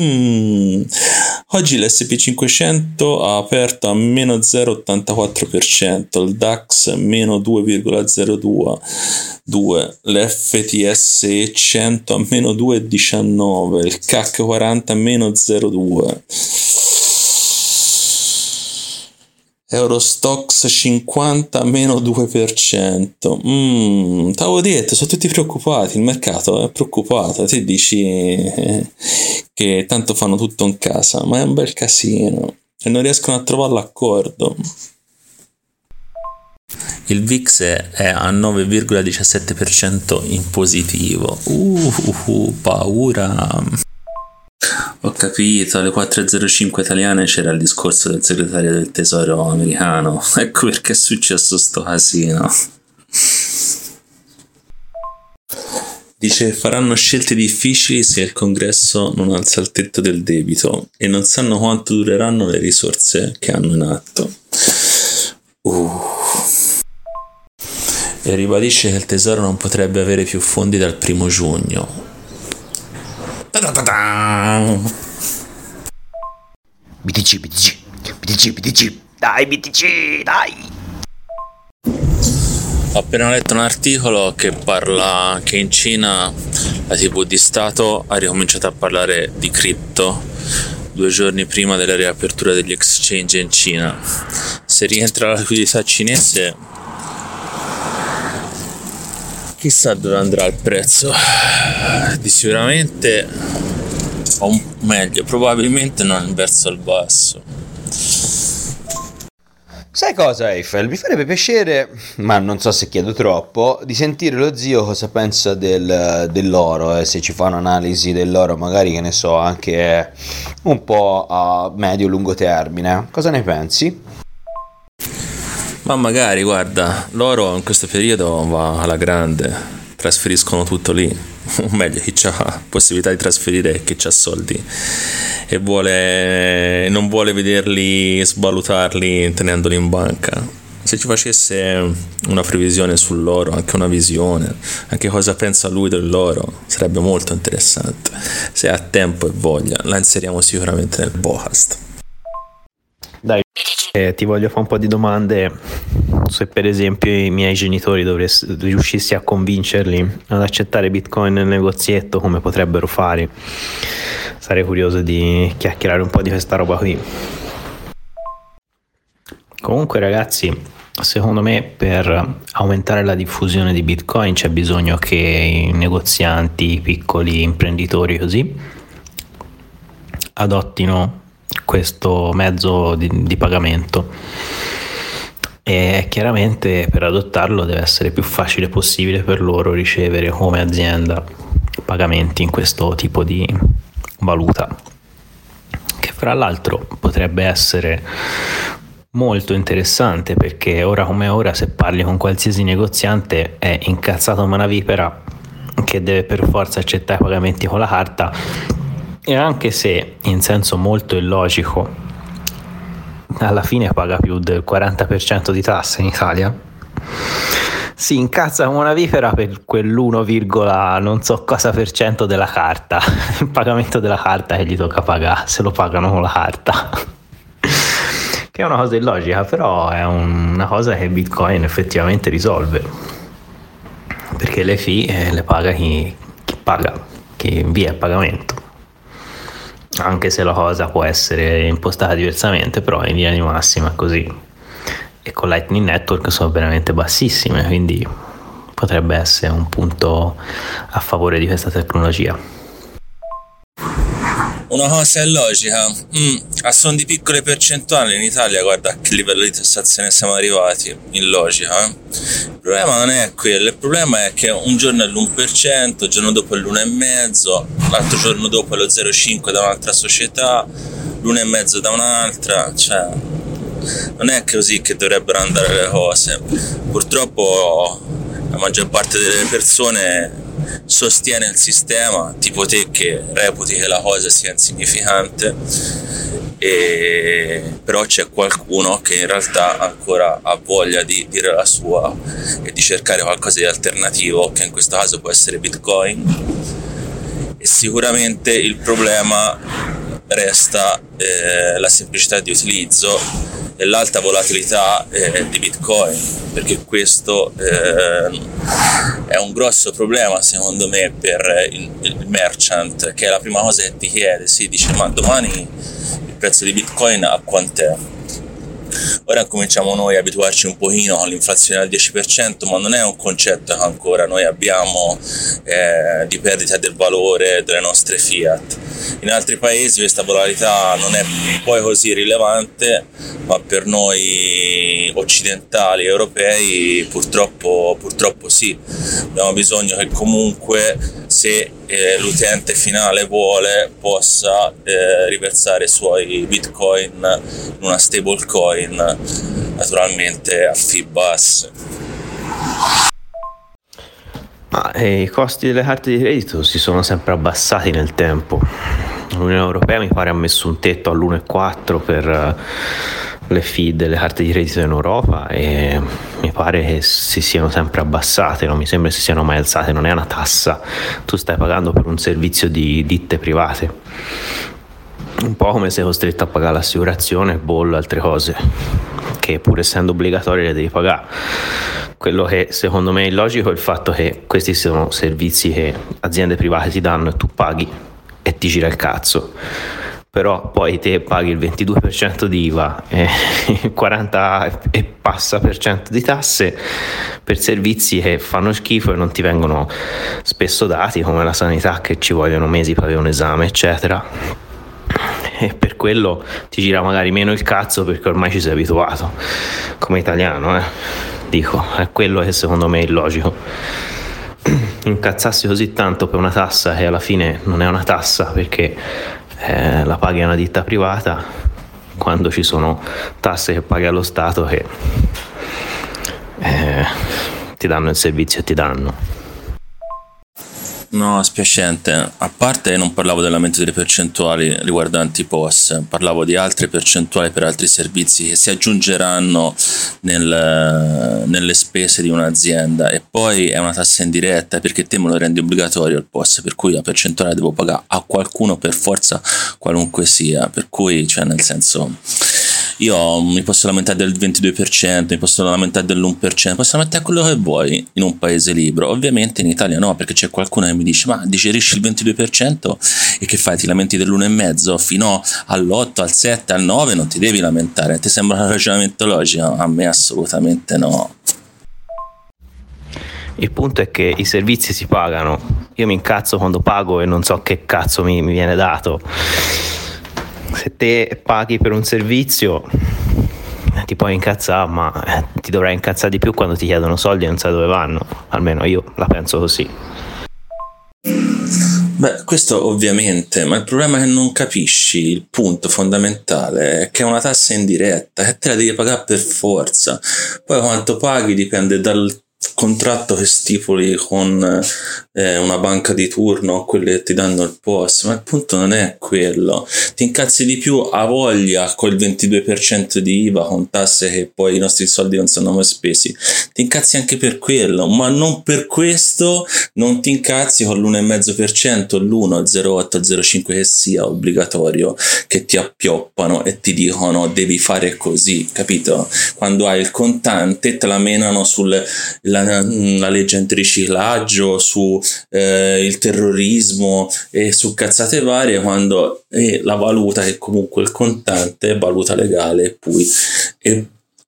Oggi l'SP500 ha aperto a meno 0,84%, il DAX meno 2,02%, l'FTSE 100 a meno 2,19%, il CAC 40 a meno 0,2%. Eurostox 50 meno 2%. T'avevo detto, sono tutti preoccupati, il mercato è preoccupato. Ti dici che tanto fanno tutto in casa, ma è un bel casino e non riescono a trovare l'accordo. Il VIX è a 9,17% in positivo. Paura. Ho capito, alle 4.05 italiane c'era il discorso del segretario del tesoro americano. Ecco perché è successo sto casino. Dice: faranno scelte difficili se il congresso non alza il tetto del debito e non sanno quanto dureranno le risorse che hanno in atto. E ribadisce che il tesoro non potrebbe avere più fondi dal 1 giugno. BTC, dai BTC, dai! Ho appena letto un articolo che parla che in Cina la TV di Stato ha ricominciato a parlare di cripto 2 giorni prima della riapertura degli exchange in Cina. Se rientra la liquidità cinese, chissà dove andrà il prezzo. Di sicuramente, o meglio, probabilmente non verso il basso. Sai cosa, Eiffel? Mi farebbe piacere, ma non so se chiedo troppo, di sentire lo zio cosa pensa dell'oro, se ci fa un'analisi dell'oro, magari, che ne so, anche un po' a medio-lungo termine. Cosa ne pensi? Ma magari, guarda, l'oro in questo periodo va alla grande, trasferiscono tutto lì, o meglio, chi ha possibilità di trasferire, chi ha soldi e non vuole vederli svalutarli tenendoli in banca. Se ci facesse una previsione sull'oro, anche una visione, anche cosa pensa lui dell'oro, sarebbe molto interessante. Se ha tempo e voglia, la inseriamo sicuramente nel podcast. Dai, ti voglio fare un po' di domande. Se per esempio i miei genitori riuscissi a convincerli ad accettare Bitcoin nel negozietto, come potrebbero fare? Sarei curioso di chiacchierare un po' di questa roba qui. Comunque ragazzi, secondo me per aumentare la diffusione di Bitcoin c'è bisogno che i negozianti, i piccoli imprenditori così, adottino questo mezzo di pagamento, e chiaramente per adottarlo deve essere più facile possibile per loro ricevere come azienda pagamenti in questo tipo di valuta, che fra l'altro potrebbe essere molto interessante, perché ora come ora, se parli con qualsiasi negoziante, è incazzato come una vipera che deve per forza accettare i pagamenti con la carta, e anche se in senso molto illogico alla fine paga più del 40% di tasse in Italia, si incazza come una vipera per quell'1, non so cosa per cento della carta, il pagamento della carta che gli tocca pagare, se lo pagano con la carta. Che è una cosa illogica, però è una cosa che Bitcoin effettivamente risolve, perché le fee le paga chi paga, chi invia il pagamento, anche se la cosa può essere impostata diversamente, però in linea di massima è così. E con Lightning Network sono veramente bassissime, quindi potrebbe essere un punto a favore di questa tecnologia. Una cosa è logica, a son di piccole percentuali in Italia, guarda a che livello di tassazione siamo arrivati, in logica. Il problema non è quello, il problema è che un giorno è l'1%, il giorno dopo è l'1,5%, l'altro giorno dopo è lo 0,5% da un'altra società, l'1,5% da un'altra, cioè non è così che dovrebbero andare le cose. Purtroppo la maggior parte delle persone sostiene il sistema, tipo te che reputi che la cosa sia insignificante, però c'è qualcuno che in realtà ancora ha voglia di dire la sua e di cercare qualcosa di alternativo, che in questo caso può essere Bitcoin. E sicuramente il problema resta la semplicità di utilizzo e l'alta volatilità di Bitcoin, perché questo è un grosso problema secondo me per il merchant, che è la prima cosa che ti chiede, dice ma domani il prezzo di Bitcoin a quant'è? Ora cominciamo noi a abituarci un pochino all'inflazione al 10%, ma non è un concetto che ancora noi abbiamo di perdita del valore delle nostre fiat. In altri paesi questa volatilità non è poi così rilevante, ma per noi occidentali europei purtroppo sì. Abbiamo bisogno che comunque, se l'utente finale vuole, possa riversare i suoi bitcoin in una stablecoin, naturalmente a fee basse. I costi delle carte di credito si sono sempre abbassati nel tempo. L'Unione Europea mi pare ha messo un tetto all'1,4 per le fee delle carte di credito in Europa, e mi pare che si siano sempre abbassate, non mi sembra si siano mai alzate. Non è una tassa, tu stai pagando per un servizio di ditte private, un po' come sei costretto a pagare l'assicurazione, bollo, altre cose che pur essendo obbligatorie le devi pagare. Quello che secondo me è illogico è il fatto che questi sono servizi che aziende private ti danno e tu paghi e ti gira il cazzo, però poi te paghi il 22% di IVA e il 40 e passa per cento di tasse per servizi che fanno schifo e non ti vengono spesso dati, come la sanità, che ci vogliono mesi per avere un esame eccetera, e per quello ti gira magari meno il cazzo perché ormai ci sei abituato come italiano, dico, è quello che secondo me è illogico. Incazzarsi così tanto per una tassa che alla fine non è una tassa perché la paghi a una ditta privata, quando ci sono tasse che paghi allo Stato che ti danno il servizio e ti danno. No, spiacente. A parte non parlavo dell'aumento delle percentuali riguardanti i POS, parlavo di altre percentuali per altri servizi che si aggiungeranno nelle spese di un'azienda, e poi è una tassa indiretta perché te me lo rendi obbligatorio il POS, per cui la percentuale devo pagare a qualcuno per forza, qualunque sia, per cui, cioè, nel senso, io mi posso lamentare del 22%, mi posso lamentare dell'1%, posso lamentare quello che vuoi in un paese libero. Ovviamente in Italia no, perché c'è qualcuno che mi dice ma digerisci il 22% e che fai? Ti lamenti dell'1,5% fino all'8, al 7, al 9, non ti devi lamentare. Ti sembra un ragionamento logico? A me assolutamente no. Il punto è che i servizi si pagano, io mi incazzo quando pago e non so che cazzo mi viene dato. Se te paghi per un servizio ti puoi incazzare, ma ti dovrai incazzare di più quando ti chiedono soldi e non sai dove vanno. Almeno io la penso così. Beh, questo ovviamente, ma il problema è che non capisci il punto fondamentale, è che è una tassa indiretta, che te la devi pagare per forza. Poi quanto paghi dipende dal contratto che stipuli con una banca di turno, quelle che ti danno il POS, ma il punto non è quello. Ti incazzi di più a voglia con il 22% di IVA, con tasse che poi i nostri soldi non sono mai spesi, ti incazzi anche per quello, ma non per questo non ti incazzi con l'1,5%, l'1, 0,8, 0,5 che sia obbligatorio, che ti appioppano e ti dicono devi fare così, capito? Quando hai il contante te la menano sulla legge antiriciclaggio, su il terrorismo e su cazzate varie, quando la valuta, che comunque il contante è valuta legale, e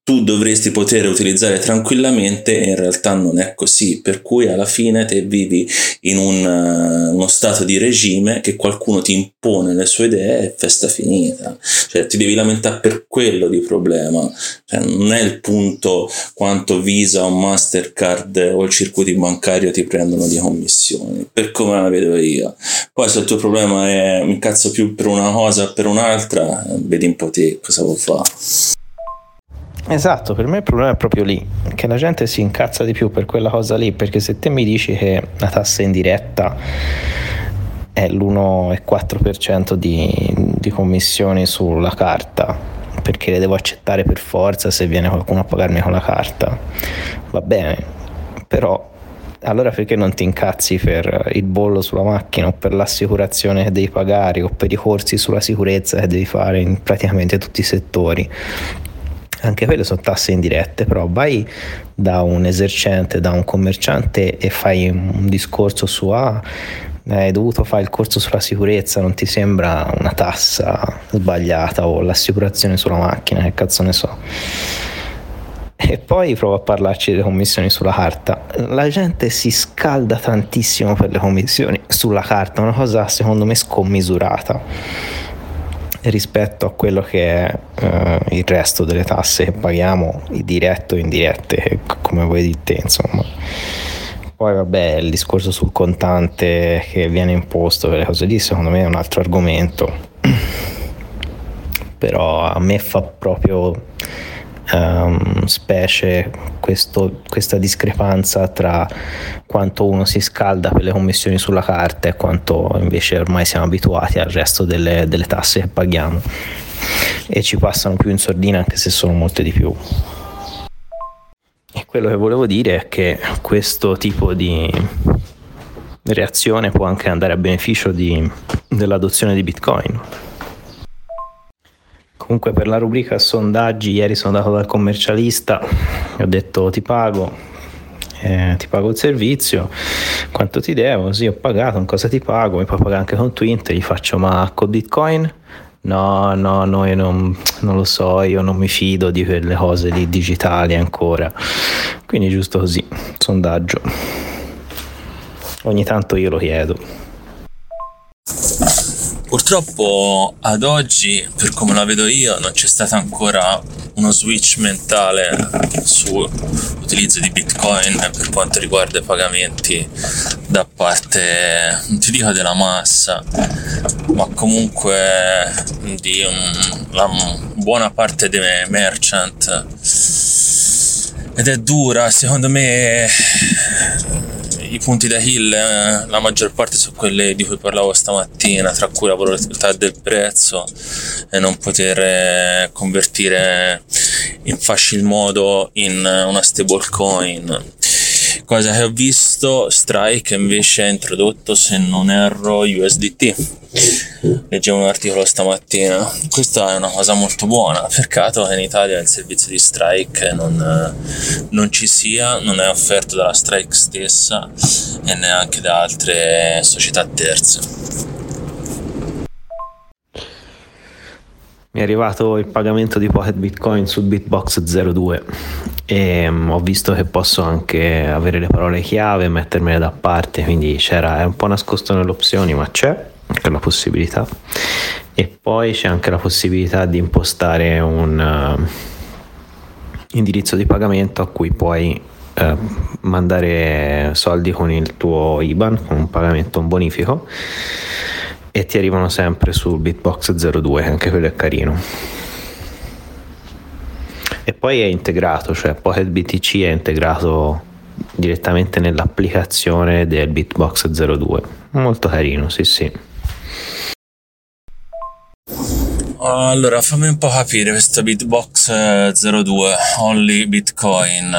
tu dovresti poter utilizzare tranquillamente, e in realtà non è così, per cui alla fine te vivi in uno stato di regime che qualcuno ti impone le sue idee e festa finita, cioè ti devi lamentare per quello di problema, cioè, non è il punto quanto Visa o Mastercard o il circuito bancario ti prendono di commissioni, per come la vedo io. Poi se il tuo problema è mi incazzo più per una cosa o per un'altra, vedi un po' te cosa vuoi fare. Esatto, per me il problema è proprio lì, che la gente si incazza di più per quella cosa lì, perché se te mi dici che la tassa indiretta è l'1,4% di commissioni sulla carta, perché le devo accettare per forza se viene qualcuno a pagarmi con la carta, va bene, però allora perché non ti incazzi per il bollo sulla macchina o per l'assicurazione che devi pagare o per i corsi sulla sicurezza che devi fare in praticamente tutti i settori? Anche quelle sono tasse indirette, però vai da un esercente, da un commerciante e fai un discorso su hai dovuto fare il corso sulla sicurezza, non ti sembra una tassa sbagliata, o l'assicurazione sulla macchina, che cazzo ne so. E poi provo a parlarci delle commissioni sulla carta. La gente si scalda tantissimo per le commissioni sulla carta, una cosa secondo me scommisurata rispetto a quello che è il resto delle tasse che paghiamo, dirette o indirette, come vuoi dite, insomma. Poi vabbè, il discorso sul contante che viene imposto, quelle cose lì, secondo me è un altro argomento, però a me fa proprio specie questa discrepanza tra quanto uno si scalda per le commissioni sulla carta e quanto invece ormai siamo abituati al resto delle tasse che paghiamo, e ci passano più in sordina anche se sono molte di più. E quello che volevo dire è che questo tipo di reazione può anche andare a beneficio dell'adozione di Bitcoin. Comunque, per la rubrica sondaggi, ieri sono andato dal commercialista e ho detto ti pago il servizio, quanto ti devo? Sì, ho pagato, in cosa ti pago? Mi puoi pagare anche con Twint? Gli faccio, ma con Bitcoin? No, io non lo so, io non mi fido di quelle cose lì digitali ancora, quindi giusto così, sondaggio, ogni tanto io lo chiedo. Purtroppo ad oggi, per come la vedo io, non c'è stato ancora uno switch mentale sull'utilizzo di Bitcoin per quanto riguarda i pagamenti da parte, non ti dico della massa, ma comunque di la buona parte dei merchant. Ed è dura, secondo me. I punti da hill, la maggior parte sono quelle di cui parlavo stamattina, tra cui la volatilità del prezzo e non poter convertire in facile modo in una stablecoin. Cosa che ho visto, Strike invece ha introdotto, se non erro, USDT. Leggevo un articolo stamattina. Questa è una cosa molto buona. Peccato che in Italia il servizio di Strike non ci sia, non è offerto dalla Strike stessa e neanche da altre società terze. Mi è arrivato il pagamento di Pocket Bitcoin su Bitbox 02 e ho visto che posso anche avere le parole chiave e mettermele da parte, quindi è un po' nascosto nelle opzioni, ma c'è anche la possibilità. E poi c'è anche la possibilità di impostare un indirizzo di pagamento a cui puoi mandare soldi con il tuo IBAN, con un pagamento, un bonifico, e ti arrivano sempre sul Bitbox 02, anche quello è carino. E poi è integrato, cioè Pocket BTC è integrato direttamente nell'applicazione del Bitbox 02, molto carino, sì. Allora, fammi un po' capire questo Bitbox 02, Only Bitcoin.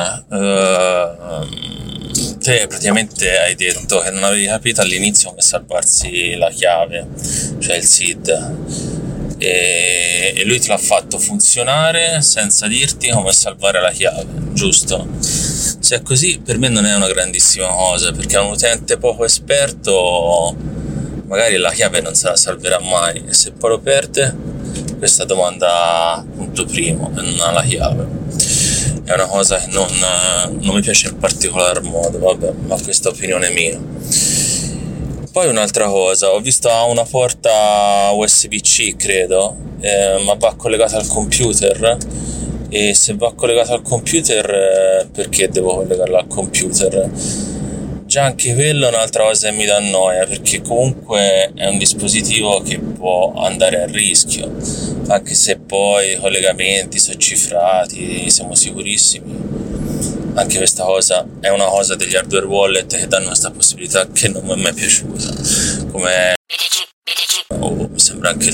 Te praticamente hai detto che non avevi capito all'inizio come salvarsi la chiave, cioè il SID, e lui te l'ha fatto funzionare senza dirti come salvare la chiave, giusto? Se è così, per me non è una grandissima cosa, perché un utente poco esperto magari la chiave non se la salverà mai, e se poi lo perde, questa domanda punto primo e non ha la chiave. è una cosa che non mi piace in particolar modo, vabbè, ma questa è opinione mia. Poi un'altra cosa, ho visto una porta USB-C credo, ma va collegata al computer, e se va collegata al computer perché devo collegarla al computer? Già anche quello è un'altra cosa che mi dà noia, perché comunque è un dispositivo che può andare a rischio, anche se poi i collegamenti sono cifrati, siamo sicurissimi. Anche questa cosa è una cosa degli hardware wallet che danno questa possibilità che non mi è mai piaciuta, come mi sembra anche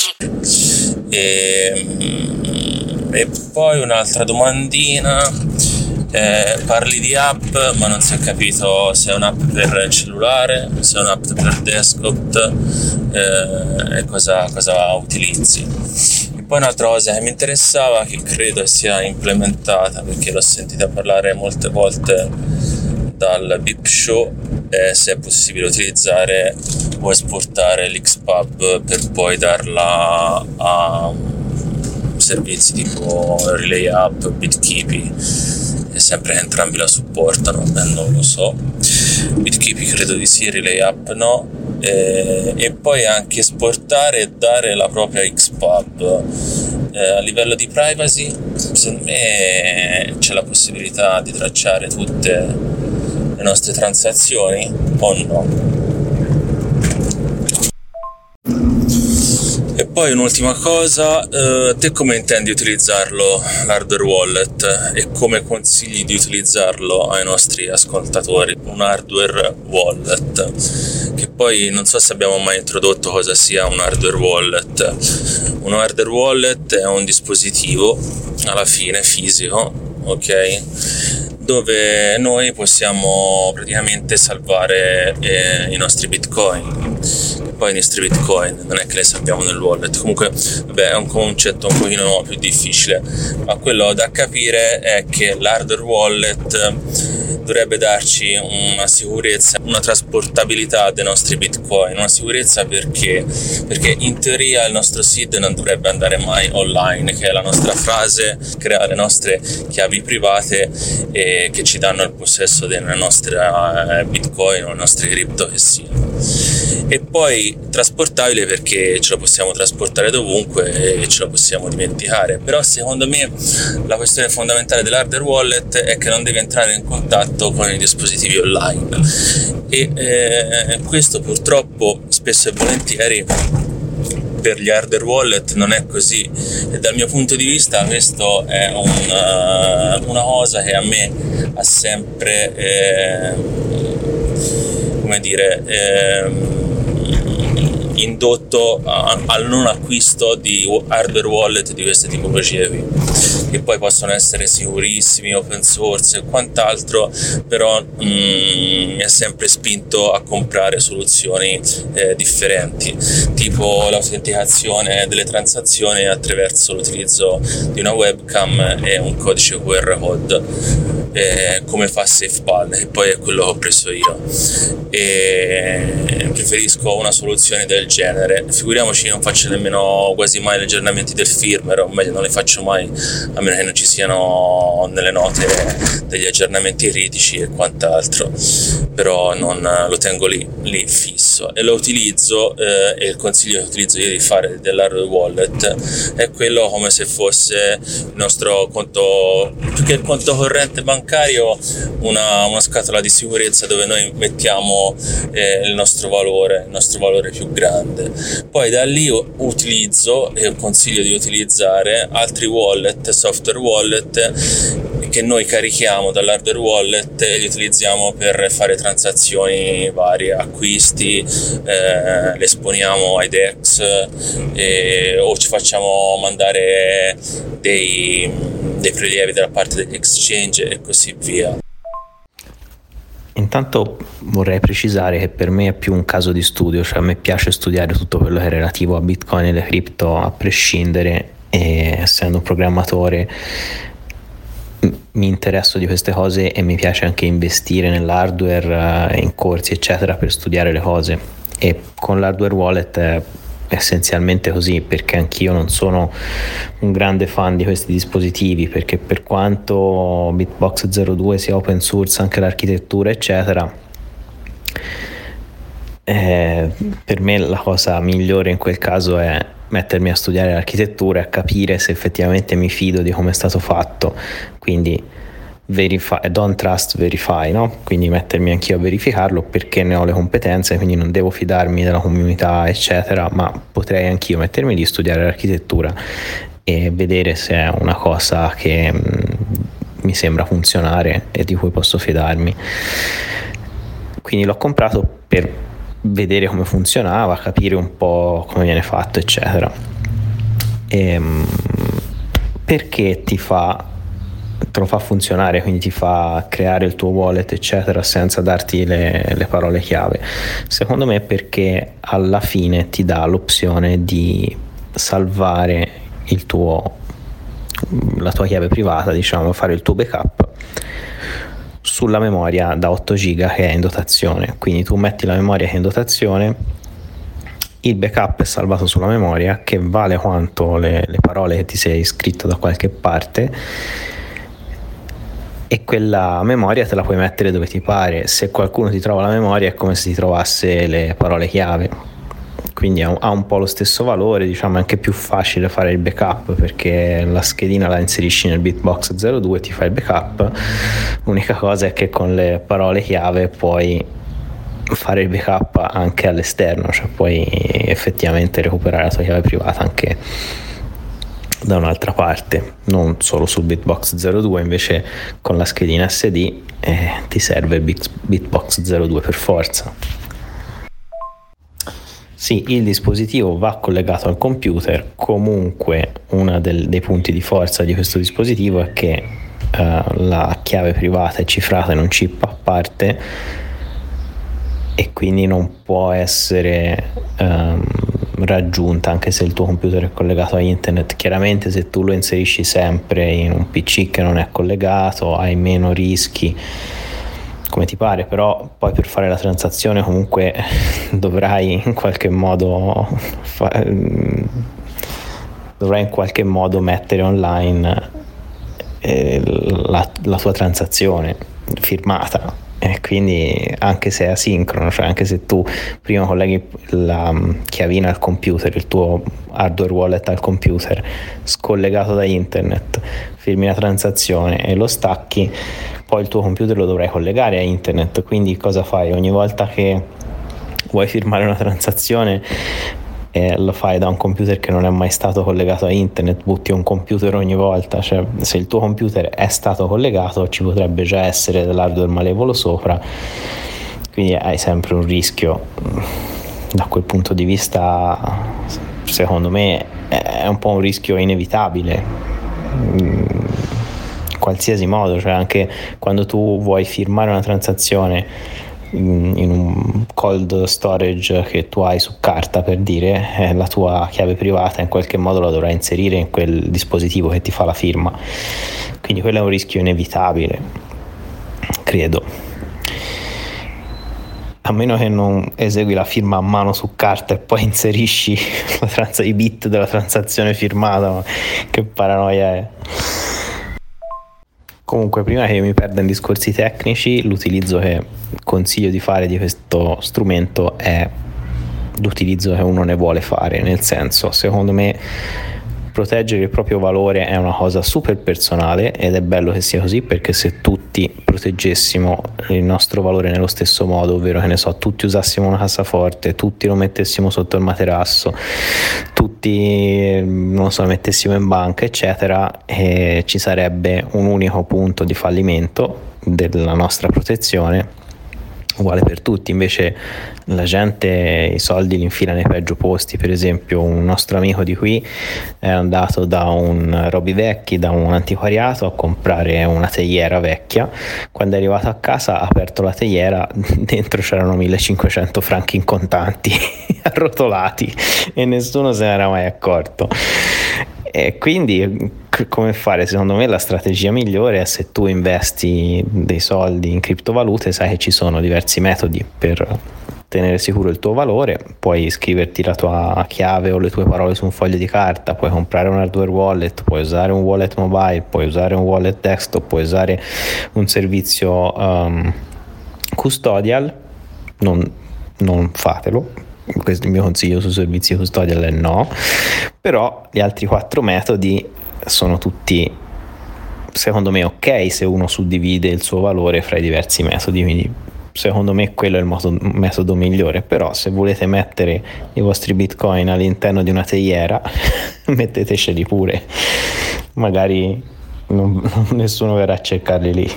e poi un'altra domandina, parli di app ma non si è capito se è un'app per cellulare, se è un'app per desktop, e cosa utilizzi. Poi un'altra cosa che mi interessava, che credo sia implementata perché l'ho sentita parlare molte volte dal Beep Show, è se è possibile utilizzare o esportare l'Xpub per poi darla a servizi tipo Relay App, BitKeepi, e sempre che entrambi la supportano, non lo so. BitKeepi credo di sì, Relay App no. E poi anche esportare e dare la propria Xpub. A livello di privacy, secondo me c'è la possibilità di tracciare tutte le nostre transazioni o no? E poi un'ultima cosa, te come intendi utilizzarlo l'hardware wallet e come consigli di utilizzarlo ai nostri ascoltatori? Un hardware wallet, che poi non so se abbiamo mai introdotto cosa sia un hardware wallet. Un hardware wallet è un dispositivo alla fine fisico, ok? Dove noi possiamo praticamente salvare i nostri bitcoin. Poi i nostri bitcoin non è che le sappiamo nel wallet, comunque vabbè, è un concetto un pochino più difficile, ma quello da capire è che l'hardware wallet dovrebbe darci una sicurezza, una trasportabilità dei nostri bitcoin, una sicurezza perché in teoria il nostro seed non dovrebbe andare mai online, che è la nostra frase, crea le nostre chiavi private e che ci danno il possesso delle nostre bitcoin o le nostre cripto che siano. E poi trasportabile perché ce lo possiamo trasportare dovunque e ce lo possiamo dimenticare, però secondo me la questione fondamentale dell'hardware wallet è che non deve entrare in contatto con i dispositivi online e questo purtroppo spesso e volentieri per gli hardware wallet non è così, e dal mio punto di vista questo è una cosa che a me ha sempre indotto al non acquisto di hardware wallet di queste tipologie qui, che poi possono essere sicurissimi, open source e quant'altro, però mi ha sempre spinto a comprare soluzioni differenti, tipo l'autenticazione delle transazioni attraverso l'utilizzo di una webcam e un codice QR code, come fa SafePal, che poi è quello che ho preso io, e preferisco una soluzione del genere. Figuriamoci, non faccio nemmeno quasi mai gli aggiornamenti del firmware, o meglio non li faccio mai, a meno che non ci siano nelle note degli aggiornamenti critici e quant'altro, però non lo tengo lì fisso e lo utilizzo, e il consiglio che utilizzo io di fare dell'hardware wallet è quello come se fosse il nostro conto, più che il conto corrente bancario, una scatola di sicurezza dove noi mettiamo il nostro valore più grande. Poi da lì utilizzo e consiglio di utilizzare altri wallet, software wallet, che noi carichiamo dall'hardware wallet e li utilizziamo per fare transazioni varie, acquisti, le esponiamo ai DEX, o ci facciamo mandare dei prelievi da parte degli exchange e così via. Intanto vorrei precisare che per me è più un caso di studio, cioè a me piace studiare tutto quello che è relativo a Bitcoin e le cripto a prescindere, e essendo un programmatore mi interesso di queste cose e mi piace anche investire nell'hardware, in corsi eccetera per studiare le cose, e con l'hardware wallet essenzialmente così, perché anch'io non sono un grande fan di questi dispositivi, perché per quanto Bitbox 02 sia open source anche l'architettura eccetera, per me la cosa migliore in quel caso è mettermi a studiare l'architettura e a capire se effettivamente mi fido di come è stato fatto, quindi don't trust, verify, no? Quindi mettermi anch'io a verificarlo, perché ne ho le competenze, quindi non devo fidarmi della comunità eccetera, ma potrei anch'io mettermi lì a studiare l'architettura e vedere se è una cosa che mi sembra funzionare e di cui posso fidarmi. Quindi l'ho comprato per vedere come funzionava, capire un po' come viene fatto eccetera. Perché te lo fa funzionare, quindi ti fa creare il tuo wallet eccetera senza darti le parole chiave? Secondo me perché alla fine ti dà l'opzione di salvare la tua chiave privata, diciamo, fare il tuo backup sulla memoria da 8 giga che è in dotazione. Quindi tu metti la memoria che è in dotazione, il backup è salvato sulla memoria, che vale quanto le parole che ti sei scritto da qualche parte, e quella memoria te la puoi mettere dove ti pare. Se qualcuno ti trova la memoria è come se ti trovasse le parole chiave, quindi ha un po' lo stesso valore, diciamo. È anche più facile fare il backup perché la schedina la inserisci nel Bitbox 02 e ti fai il backup. L'unica cosa è che con le parole chiave puoi fare il backup anche all'esterno, cioè puoi effettivamente recuperare la tua chiave privata anche da un'altra parte, non solo sul Bitbox 02. Invece con la schedina SD ti serve il Bitbox 02 per forza. Sì, il dispositivo va collegato al computer. Comunque uno dei punti di forza di questo dispositivo è che la chiave privata è cifrata in un chip a parte e quindi non può essere raggiunta anche se il tuo computer è collegato a internet. Chiaramente se tu lo inserisci sempre in un PC che non è collegato hai meno rischi, come ti pare, però poi per fare la transazione comunque dovrai in qualche modo mettere online la tua transazione firmata, e quindi anche se è asincrono, cioè anche se tu prima colleghi la chiavina al computer, il tuo hardware wallet al computer scollegato da internet, firmi la transazione e lo stacchi, poi il tuo computer lo dovrai collegare a internet. Quindi cosa fai? Ogni volta che vuoi firmare una transazione lo fai da un computer che non è mai stato collegato a internet, butti un computer ogni volta. Cioè, se il tuo computer è stato collegato ci potrebbe già essere dell'hardware malevolo sopra, quindi hai sempre un rischio. Da quel punto di vista secondo me è un po' un rischio inevitabile in qualsiasi modo, cioè anche quando tu vuoi firmare una transazione in un cold storage che tu hai su carta, per dire, la tua chiave privata in qualche modo la dovrai inserire in quel dispositivo che ti fa la firma, quindi quello è un rischio inevitabile, credo, a meno che non esegui la firma a mano su carta e poi inserisci i bit della transazione firmata, ma che paranoia è. Comunque, prima che io mi perda in discorsi tecnici, l'utilizzo che consiglio di fare di questo strumento è l'utilizzo che uno ne vuole fare, nel senso, secondo me proteggere il proprio valore è una cosa super personale ed è bello che sia così, perché se tutti proteggessimo il nostro valore nello stesso modo, ovvero che ne so, tutti usassimo una cassaforte, tutti lo mettessimo sotto il materasso, tutti non so, lo mettessimo in banca eccetera, ci sarebbe un unico punto di fallimento della nostra protezione uguale per tutti. Invece la gente i soldi li infila nei peggio posti. Per esempio, un nostro amico di qui è andato da un Robivecchi, da un antiquariato, a comprare una teiera vecchia. Quando è arrivato a casa ha aperto la teiera, dentro c'erano 1500 franchi in contanti arrotolati e nessuno se ne era mai accorto. E quindi come fare? Secondo me la strategia migliore è, se tu investi dei soldi in criptovalute, sai che ci sono diversi metodi per tenere sicuro il tuo valore. Puoi scriverti la tua chiave o le tue parole su un foglio di carta, puoi comprare un hardware wallet, puoi usare un wallet mobile, puoi usare un wallet desktop, puoi usare un servizio custodial. Non fatelo, questo è il mio consiglio su servizi custodial è no. Però gli altri 4 metodi sono tutti, secondo me, ok se uno suddivide il suo valore fra i diversi metodi, quindi secondo me quello è il metodo migliore. Però se volete mettere i vostri bitcoin all'interno di una teiera, metteteceli pure, magari nessuno verrà a cercarli lì.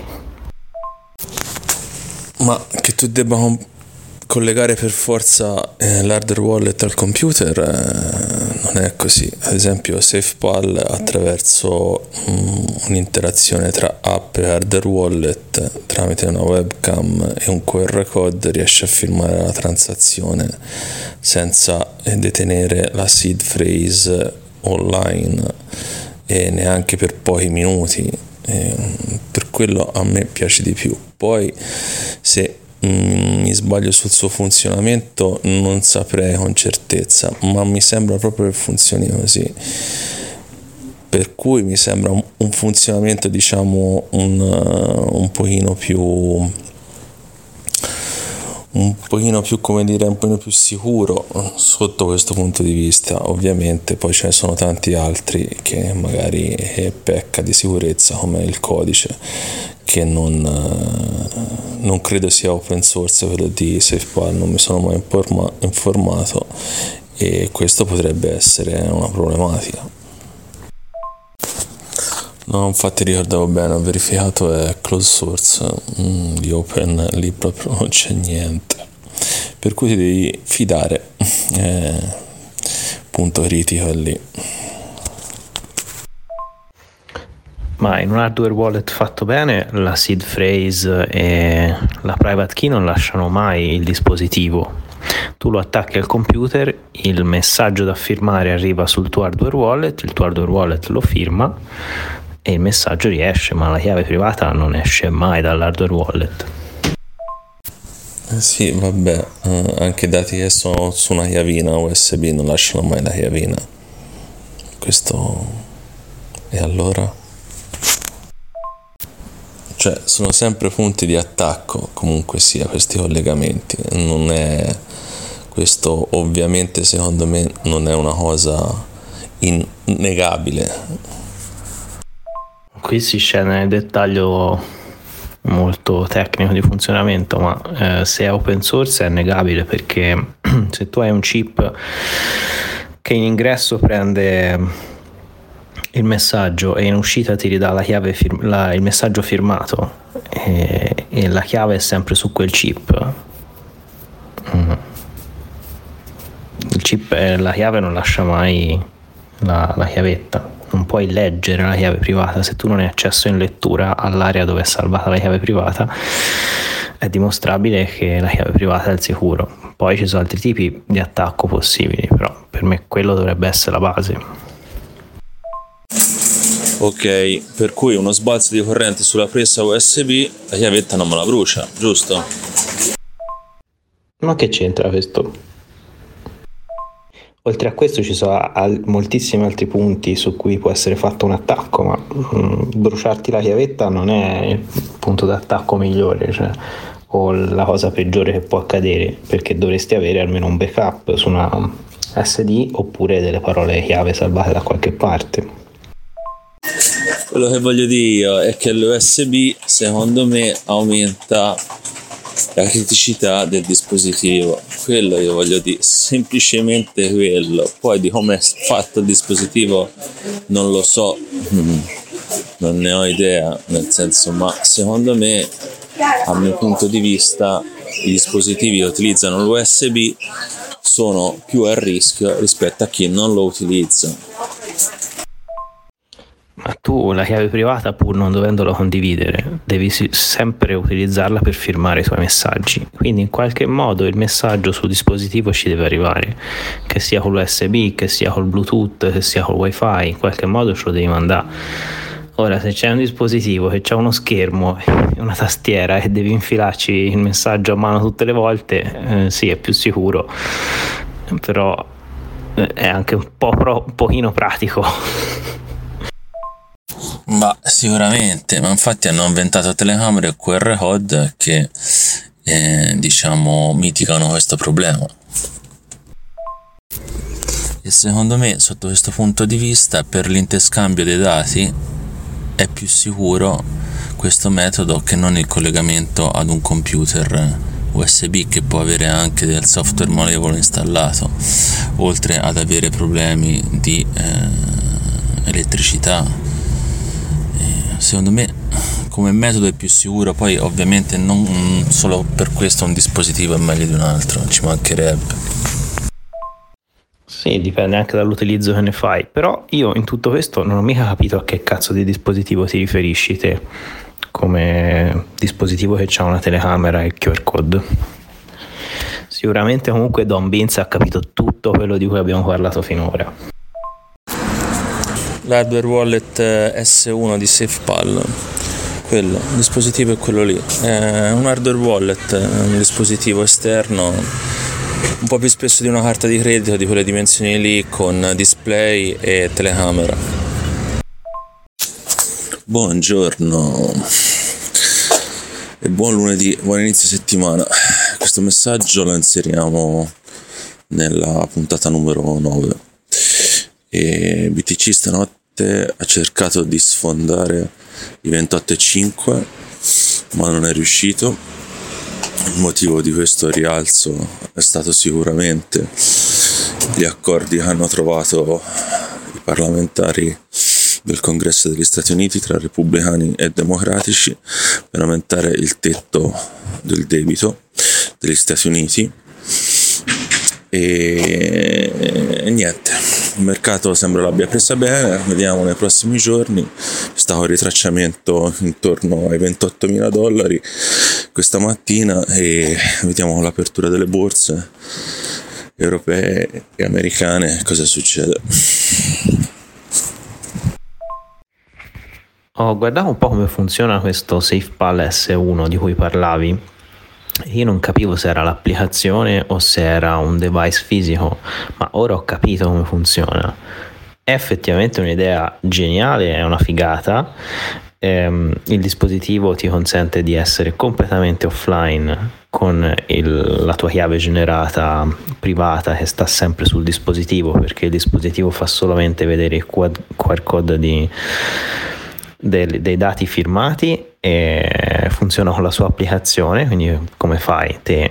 Ma che tu debba collegare per forza l'hardware wallet al computer non è così. Ad esempio SafePal, attraverso un'interazione tra app e hardware wallet tramite una webcam e un QR code, riesce a firmare la transazione senza detenere la seed phrase online e neanche per pochi minuti. Per quello a me piace di più. Poi se mi sbaglio sul suo funzionamento non saprei con certezza, ma mi sembra proprio che funzioni così, per cui mi sembra un funzionamento, diciamo, un pochino più come dire, un pochino più sicuro sotto questo punto di vista. Ovviamente poi ce ne sono tanti altri che magari pecca di sicurezza, come il codice, che non credo sia open source quello di SafePal, non mi sono mai informato, e questo potrebbe essere una problematica. No, infatti ricordavo bene, ho verificato, è closed source, di open lì proprio non c'è niente, per cui ti devi fidare, punto critico è lì. Ma in un hardware wallet fatto bene, la seed phrase e la private key non lasciano mai il dispositivo. Tu lo attacchi al computer, il messaggio da firmare arriva sul tuo hardware wallet, il tuo hardware wallet lo firma e il messaggio riesce, ma la chiave privata non esce mai dall'hardware wallet. Sì, vabbè, anche i dati che sono su una chiavina USB non lasciano mai la chiavina. Questo... e allora? Cioè, sono sempre punti di attacco, comunque sia, questi collegamenti. Non è... questo ovviamente secondo me non è una cosa innegabile. Qui si scende nel dettaglio molto tecnico di funzionamento, ma se è open source è negabile, perché se tu hai un chip che in ingresso prende il messaggio e in uscita ti ridà la chiave il messaggio firmato e la chiave è sempre su quel chip, il chip la chiave non lascia mai la chiavetta, non puoi leggere la chiave privata se tu non hai accesso in lettura all'area dove è salvata la chiave privata. È dimostrabile che la chiave privata è il sicuro. Poi ci sono altri tipi di attacco possibili, però per me quello dovrebbe essere la base. Ok, per cui uno sbalzo di corrente sulla presa USB, la chiavetta non me la brucia, giusto? Ma che c'entra questo? Oltre a questo ci sono moltissimi altri punti su cui può essere fatto un attacco, ma bruciarti la chiavetta non è il punto d'attacco migliore, cioè, o la cosa peggiore che può accadere, perché dovresti avere almeno un backup su una SD oppure delle parole chiave salvate da qualche parte. Quello che voglio dire io è che l'USB secondo me aumenta la criticità del dispositivo, quello io voglio dire, semplicemente quello. Poi di come è fatto il dispositivo non lo so, non ne ho idea, nel senso, ma secondo me, dal mio punto di vista, i dispositivi che utilizzano l'USB sono più a rischio rispetto a chi non lo utilizza. tu la chiave privata, pur non dovendola condividere, devi sempre utilizzarla per firmare i tuoi messaggi, quindi in qualche modo il messaggio sul dispositivo ci deve arrivare, che sia con l'USB, che sia col Bluetooth, che sia col Wi-Fi, in qualche modo ce lo devi mandare. Ora, se c'è un dispositivo che c'ha uno schermo e una tastiera e devi infilarci il messaggio a mano tutte le volte, sì, è più sicuro, però è anche un pochino pratico. Ma sicuramente, ma infatti hanno inventato telecamere QR code che diciamo mitigano questo problema. E secondo me, sotto questo punto di vista, per l'interscambio dei dati è più sicuro questo metodo che non il collegamento ad un computer USB, che può avere anche del software malevolo installato, oltre ad avere problemi di elettricità. Secondo me come metodo è più sicuro, poi ovviamente non solo per questo un dispositivo è meglio di un altro, ci mancherebbe. Sì, dipende anche dall'utilizzo che ne fai, però io in tutto questo non ho mica capito a che cazzo di dispositivo ti riferisci te, come dispositivo che ha una telecamera e il QR code. Sicuramente comunque Don Beans ha capito tutto quello di cui abbiamo parlato finora. L'hardware wallet S1 di SafePal, quello, il dispositivo è quello lì, è un hardware wallet, un dispositivo esterno un po' più spesso di una carta di credito, di quelle dimensioni lì, con display e telecamera. Buongiorno e buon lunedì, buon inizio settimana. Questo messaggio lo inseriamo nella puntata numero 9 e BTC stanotte ha cercato di sfondare i 28,5 ma non è riuscito. Il motivo di questo rialzo è stato sicuramente gli accordi che hanno trovato i parlamentari del Congresso degli Stati Uniti tra repubblicani e democratici per aumentare il tetto del debito degli Stati Uniti e niente, il mercato sembra l'abbia presa bene. Vediamo nei prossimi giorni. C'è stato un ritracciamento intorno ai $28.000 questa mattina e vediamo l'apertura delle borse europee e americane cosa succede. Guardavo un po' come funziona questo SafePal S1 di cui parlavi. Io non capivo se era l'applicazione o se era un device fisico, ma ora ho capito come funziona. È effettivamente un'idea geniale, è una figata. Il dispositivo ti consente di essere completamente offline con la tua chiave generata privata che sta sempre sul dispositivo, perché il dispositivo fa solamente vedere il QR code dei dati firmati e funziona con la sua applicazione. Quindi come fai? Te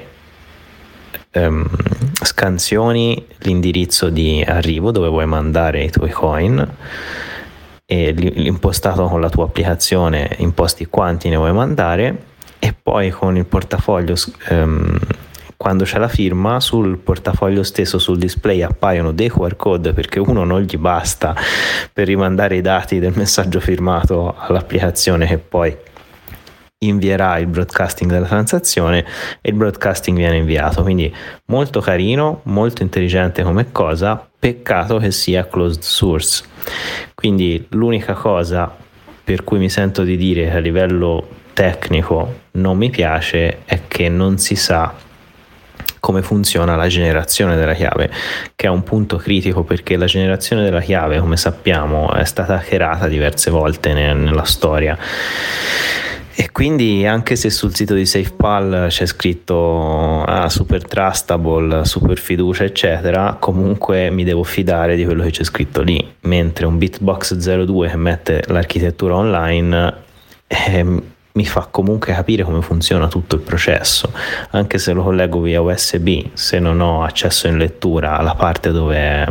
scansioni l'indirizzo di arrivo dove vuoi mandare i tuoi coin e l'impostato con la tua applicazione imposti quanti ne vuoi mandare, e poi con il portafoglio quando c'è la firma sul portafoglio stesso, sul display appaiono dei QR code, perché uno non gli basta per rimandare i dati del messaggio firmato all'applicazione che poi invierà il broadcasting della transazione e il broadcasting viene inviato. Quindi molto carino, molto intelligente come cosa, peccato che sia closed source. Quindi l'unica cosa per cui mi sento di dire che a livello tecnico non mi piace è che non si sa come funziona la generazione della chiave, che è un punto critico, perché la generazione della chiave, come sappiamo, è stata hackerata diverse volte nella storia. E quindi anche se sul sito di SafePal c'è scritto super trustable, super fiducia eccetera, comunque mi devo fidare di quello che c'è scritto lì, mentre un Bitbox 02 che mette l'architettura online mi fa comunque capire come funziona tutto il processo, anche se lo collego via USB, se non ho accesso in lettura alla parte dove è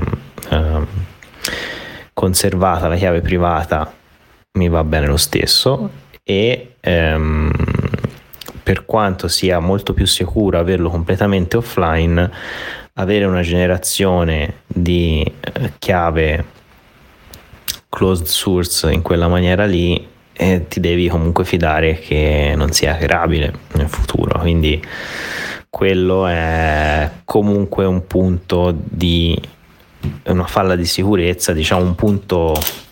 conservata la chiave privata mi va bene lo stesso. E per quanto sia molto più sicuro averlo completamente offline, avere una generazione di chiave closed source in quella maniera lì, ti devi comunque fidare che non sia hackerabile nel futuro, quindi quello è comunque un punto di una falla di sicurezza, diciamo un punto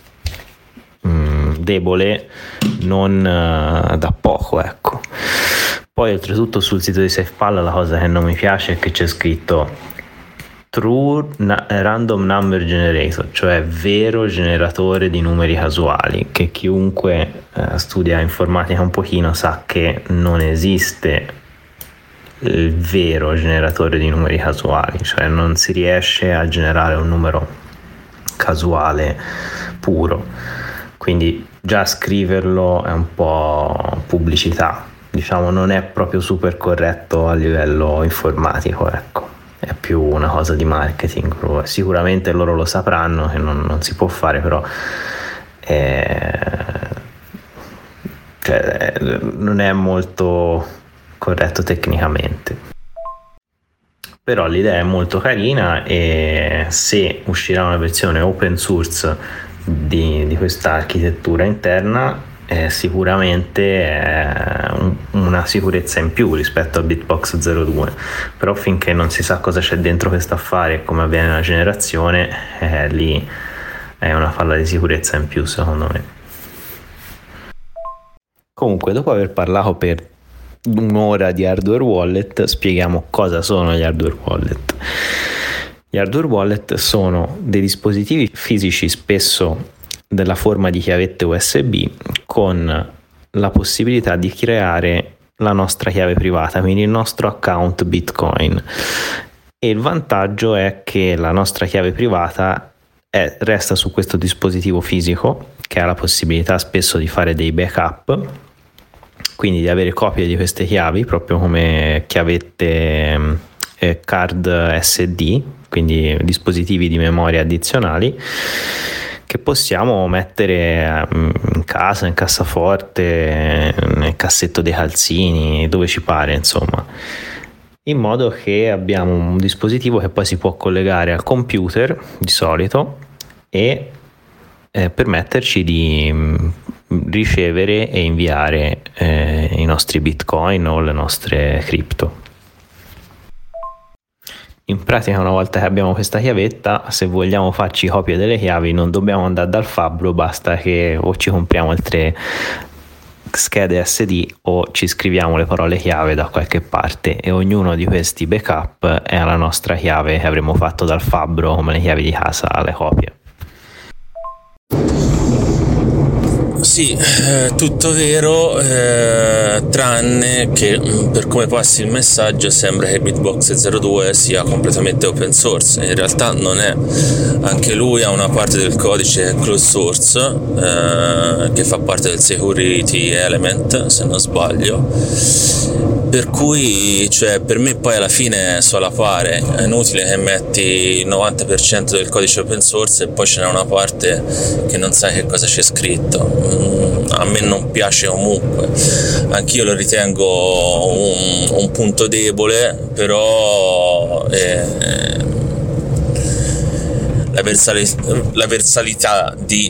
debole, non da poco, ecco. Poi oltretutto sul sito di SafePal la cosa che non mi piace è che c'è scritto true random number generator, cioè vero generatore di numeri casuali, che chiunque studia informatica un pochino sa che non esiste il vero generatore di numeri casuali, cioè non si riesce a generare un numero casuale puro, quindi già scriverlo è un po' pubblicità, diciamo, non è proprio super corretto a livello informatico, ecco, è più una cosa di marketing. Sicuramente loro lo sapranno che non si può fare, però non è molto corretto tecnicamente, però l'idea è molto carina, e se uscirà una versione open source di questa architettura interna sicuramente è una sicurezza in più rispetto a Bitbox 02, però finché non si sa cosa c'è dentro questo affare e come avviene la generazione, lì è una falla di sicurezza in più, secondo me. Comunque, dopo aver parlato per un'ora di hardware wallet, spieghiamo cosa sono gli hardware wallet. Gli hardware wallet sono dei dispositivi fisici, spesso della forma di chiavette USB, con la possibilità di creare la nostra chiave privata, quindi il nostro account Bitcoin. E il vantaggio è che la nostra chiave privata resta su questo dispositivo fisico, che ha la possibilità spesso di fare dei backup, quindi di avere copie di queste chiavi proprio come chiavette card SD, quindi dispositivi di memoria addizionali che possiamo mettere in casa, in cassaforte, nel cassetto dei calzini, dove ci pare, insomma, in modo che abbiamo un dispositivo che poi si può collegare al computer di solito e permetterci di ricevere e inviare i nostri bitcoin o le nostre cripto. In pratica, una volta che abbiamo questa chiavetta, se vogliamo farci copie delle chiavi non dobbiamo andare dal fabbro, basta che o ci compriamo altre schede SD o ci scriviamo le parole chiave da qualche parte, e ognuno di questi backup è la nostra chiave che avremo fatto dal fabbro, come le chiavi di casa, le copie. Sì, tutto vero, tranne che per come passi il messaggio sembra che Bitbox 02 sia completamente open source. In realtà non è, anche lui ha una parte del codice closed source che fa parte del security element, se non sbaglio, per cui, cioè, per me poi alla fine solapare, è inutile che metti il 90% del codice open source e poi ce n'è una parte che non sai che cosa c'è scritto. A me non piace comunque, anch'io lo ritengo un punto debole, però la versalità di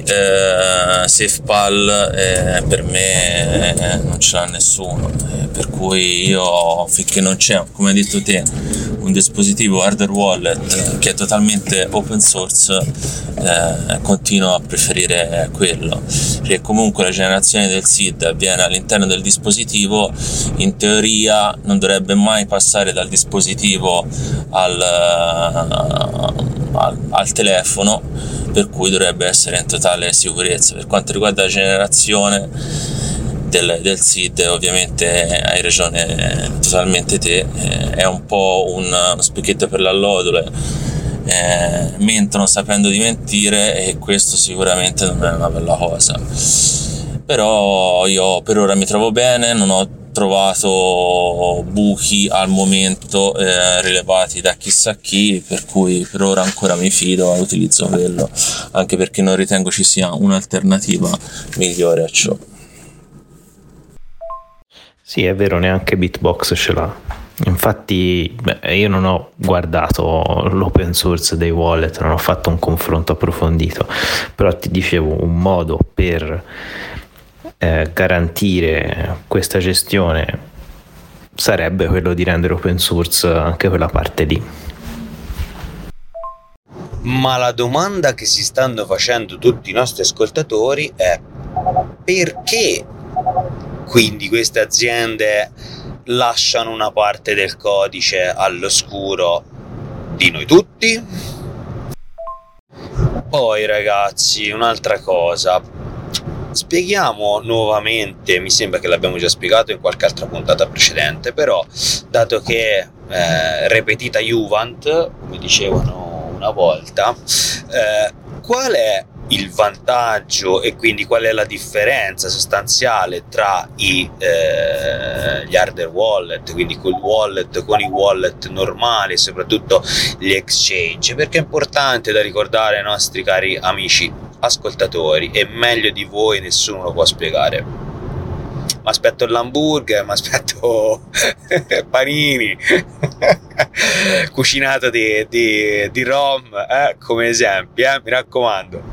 SafePal per me non ce l'ha nessuno, per cui io, finché non c'è, come hai detto te, un dispositivo hardware wallet che è totalmente open source, continuo a preferire quello, perché comunque la generazione del SID avviene all'interno del dispositivo, in teoria non dovrebbe mai passare dal dispositivo al telefono, per cui dovrebbe essere in totale sicurezza. Per quanto riguarda la generazione del SID, ovviamente hai ragione totalmente te, è un po' uno specchietto per l'allodole, mentono sapendo di mentire, e questo sicuramente non è una bella cosa. Però io per ora mi trovo bene, non ho trovato buchi al momento rilevati da chissà chi, per cui per ora ancora mi fido e utilizzo quello, anche perché non ritengo ci sia un'alternativa migliore a ciò. Sì, è vero, neanche Bitbox ce l'ha. Infatti io non ho guardato l'open source dei wallet, non ho fatto un confronto approfondito, però ti dicevo, un modo per garantire questa gestione sarebbe quello di rendere open source anche quella parte lì. Ma la domanda che si stanno facendo tutti i nostri ascoltatori è: perché quindi queste aziende lasciano una parte del codice all'oscuro di noi tutti? Poi ragazzi, un'altra cosa, spieghiamo nuovamente, mi sembra che l'abbiamo già spiegato in qualche altra puntata precedente, però dato che repetita Juvent, come dicevano una volta, qual è il vantaggio e quindi qual è la differenza sostanziale tra gli hardware wallet, quindi con i wallet normali e soprattutto gli exchange? Perché è importante da ricordare ai nostri cari amici ascoltatori, e meglio di voi nessuno lo può spiegare. Mi aspetto l'hamburger, mi aspetto panini cucinato di rom, come esempio, mi raccomando.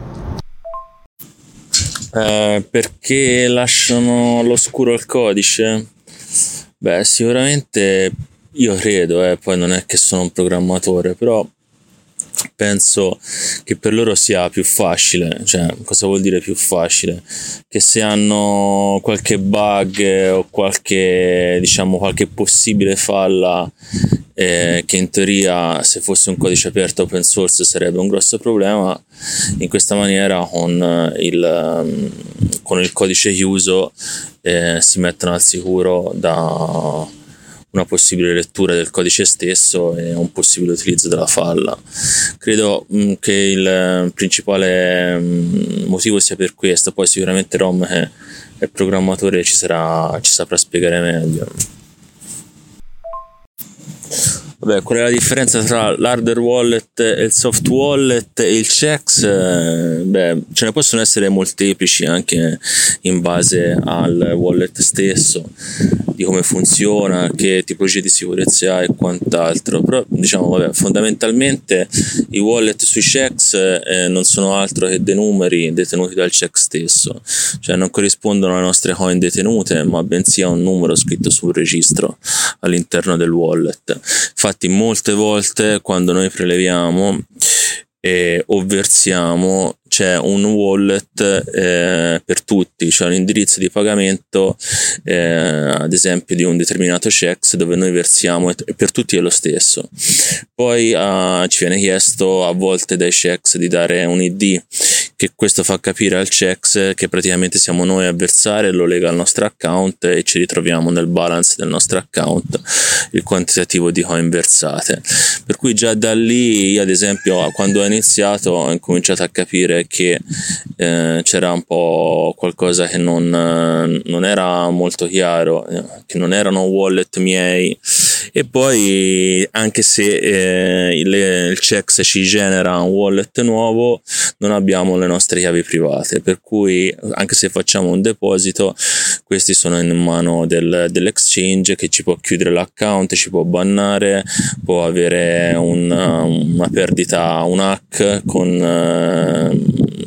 Perché lasciano all'oscuro il codice? Beh, sicuramente io credo, poi non è che sono un programmatore, però penso che per loro sia più facile. Cioè, cosa vuol dire più facile? Che se hanno qualche bug o qualche possibile falla, che in teoria se fosse un codice aperto open source sarebbe un grosso problema, in questa maniera con il codice chiuso si mettono al sicuro da una possibile lettura del codice stesso e un possibile utilizzo della falla. Credo che il principale motivo sia per questo. Poi sicuramente Rom, che è programmatore, ci saprà spiegare meglio. Vabbè, qual è la differenza tra l'hardware wallet e il soft wallet e il checks? Ce ne possono essere molteplici anche in base al wallet stesso, di come funziona, che tipologie di sicurezza ha e quant'altro. Però fondamentalmente i wallet sui checks non sono altro che dei numeri detenuti dal check stesso, cioè non corrispondono alle nostre coin detenute, ma bensì a un numero scritto sul registro all'interno del wallet. Infatti molte volte quando noi preleviamo o versiamo c'è un wallet per tutti, cioè l'indirizzo di pagamento ad esempio di un determinato checks dove noi versiamo, e per tutti è lo stesso. Poi ci viene chiesto a volte dai checks di dare un ID, che questo fa capire al checks che praticamente siamo noi a versare, lo lega al nostro account e ci ritroviamo nel balance del nostro account il quantitativo di coin versate. Per cui già da lì, ad esempio, quando ho iniziato ho incominciato a capire che c'era un po' qualcosa che non era molto chiaro, che non erano wallet miei. E poi anche se il checks ci genera un wallet nuovo, non abbiamo le nostre chiavi private, per cui anche se facciamo un deposito, questi sono in mano dell'exchange, che ci può chiudere l'account, ci può bannare, può avere una perdita, un hack con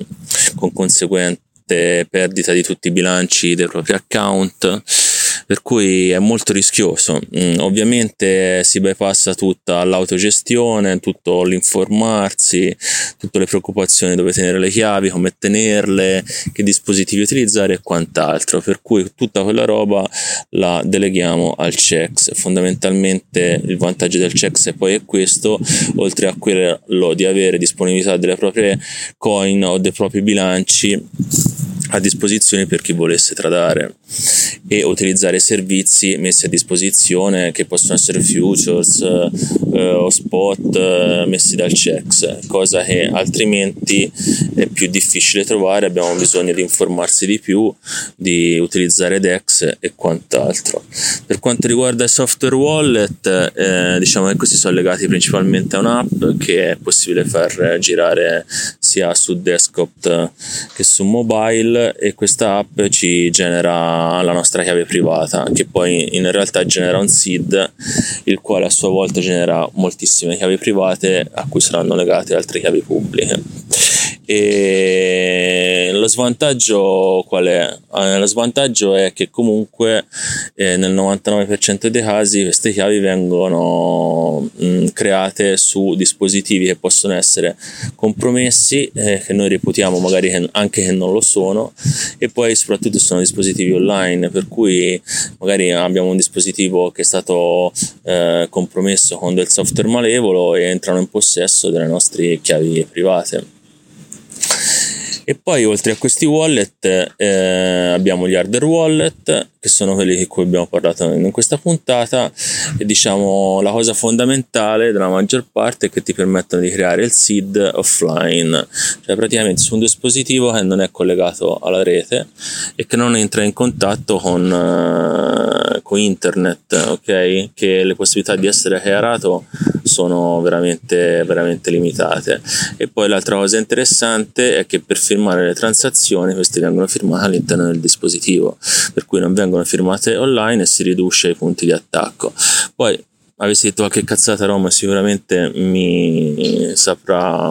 conseguente perdita di tutti i bilanci dei propri account, per cui è molto rischioso. Ovviamente si bypassa tutta l'autogestione, tutto l'informarsi, tutte le preoccupazioni dove tenere le chiavi, come tenerle, che dispositivi utilizzare e quant'altro, per cui tutta quella roba la deleghiamo al checks. Fondamentalmente il vantaggio del checks poi è questo, oltre a quello di avere disponibilità delle proprie coin o dei propri bilanci a disposizione per chi volesse tradare e utilizzare servizi messi a disposizione, che possono essere futures o spot messi dal checks, cosa che altrimenti è più difficile trovare. Abbiamo bisogno di informarsi di più, di utilizzare DEX e quant'altro. Per quanto riguarda i software wallet, diciamo che questi sono legati principalmente a un'app che è possibile far girare sia su desktop che su mobile, e questa app ci genera la nostra chiave privata, che poi in realtà genera un seed, il quale a sua volta genera moltissime chiavi private a cui saranno legate altre chiavi pubbliche. E lo svantaggio qual è? Lo svantaggio è che comunque nel 99% dei casi queste chiavi vengono create su dispositivi che possono essere compromessi, che noi reputiamo magari anche che non lo sono, e poi soprattutto sono dispositivi online, per cui magari abbiamo un dispositivo che è stato compromesso con del software malevolo e entrano in possesso delle nostre chiavi private. E poi oltre a questi wallet abbiamo gli hardware wallet, che sono quelli di cui abbiamo parlato in questa puntata, e diciamo la cosa fondamentale della maggior parte è che ti permettono di creare il seed offline, cioè praticamente su un dispositivo che non è collegato alla rete e che non entra in contatto con internet, ok? Che le possibilità di essere hackerato sono veramente veramente limitate. E poi l'altra cosa interessante è che per firmare le transazioni queste vengono firmate all'interno del dispositivo, per cui non vengono firmate online e si riduce i punti di attacco. Poi avessi detto qualche cazzata, Roma sicuramente mi saprà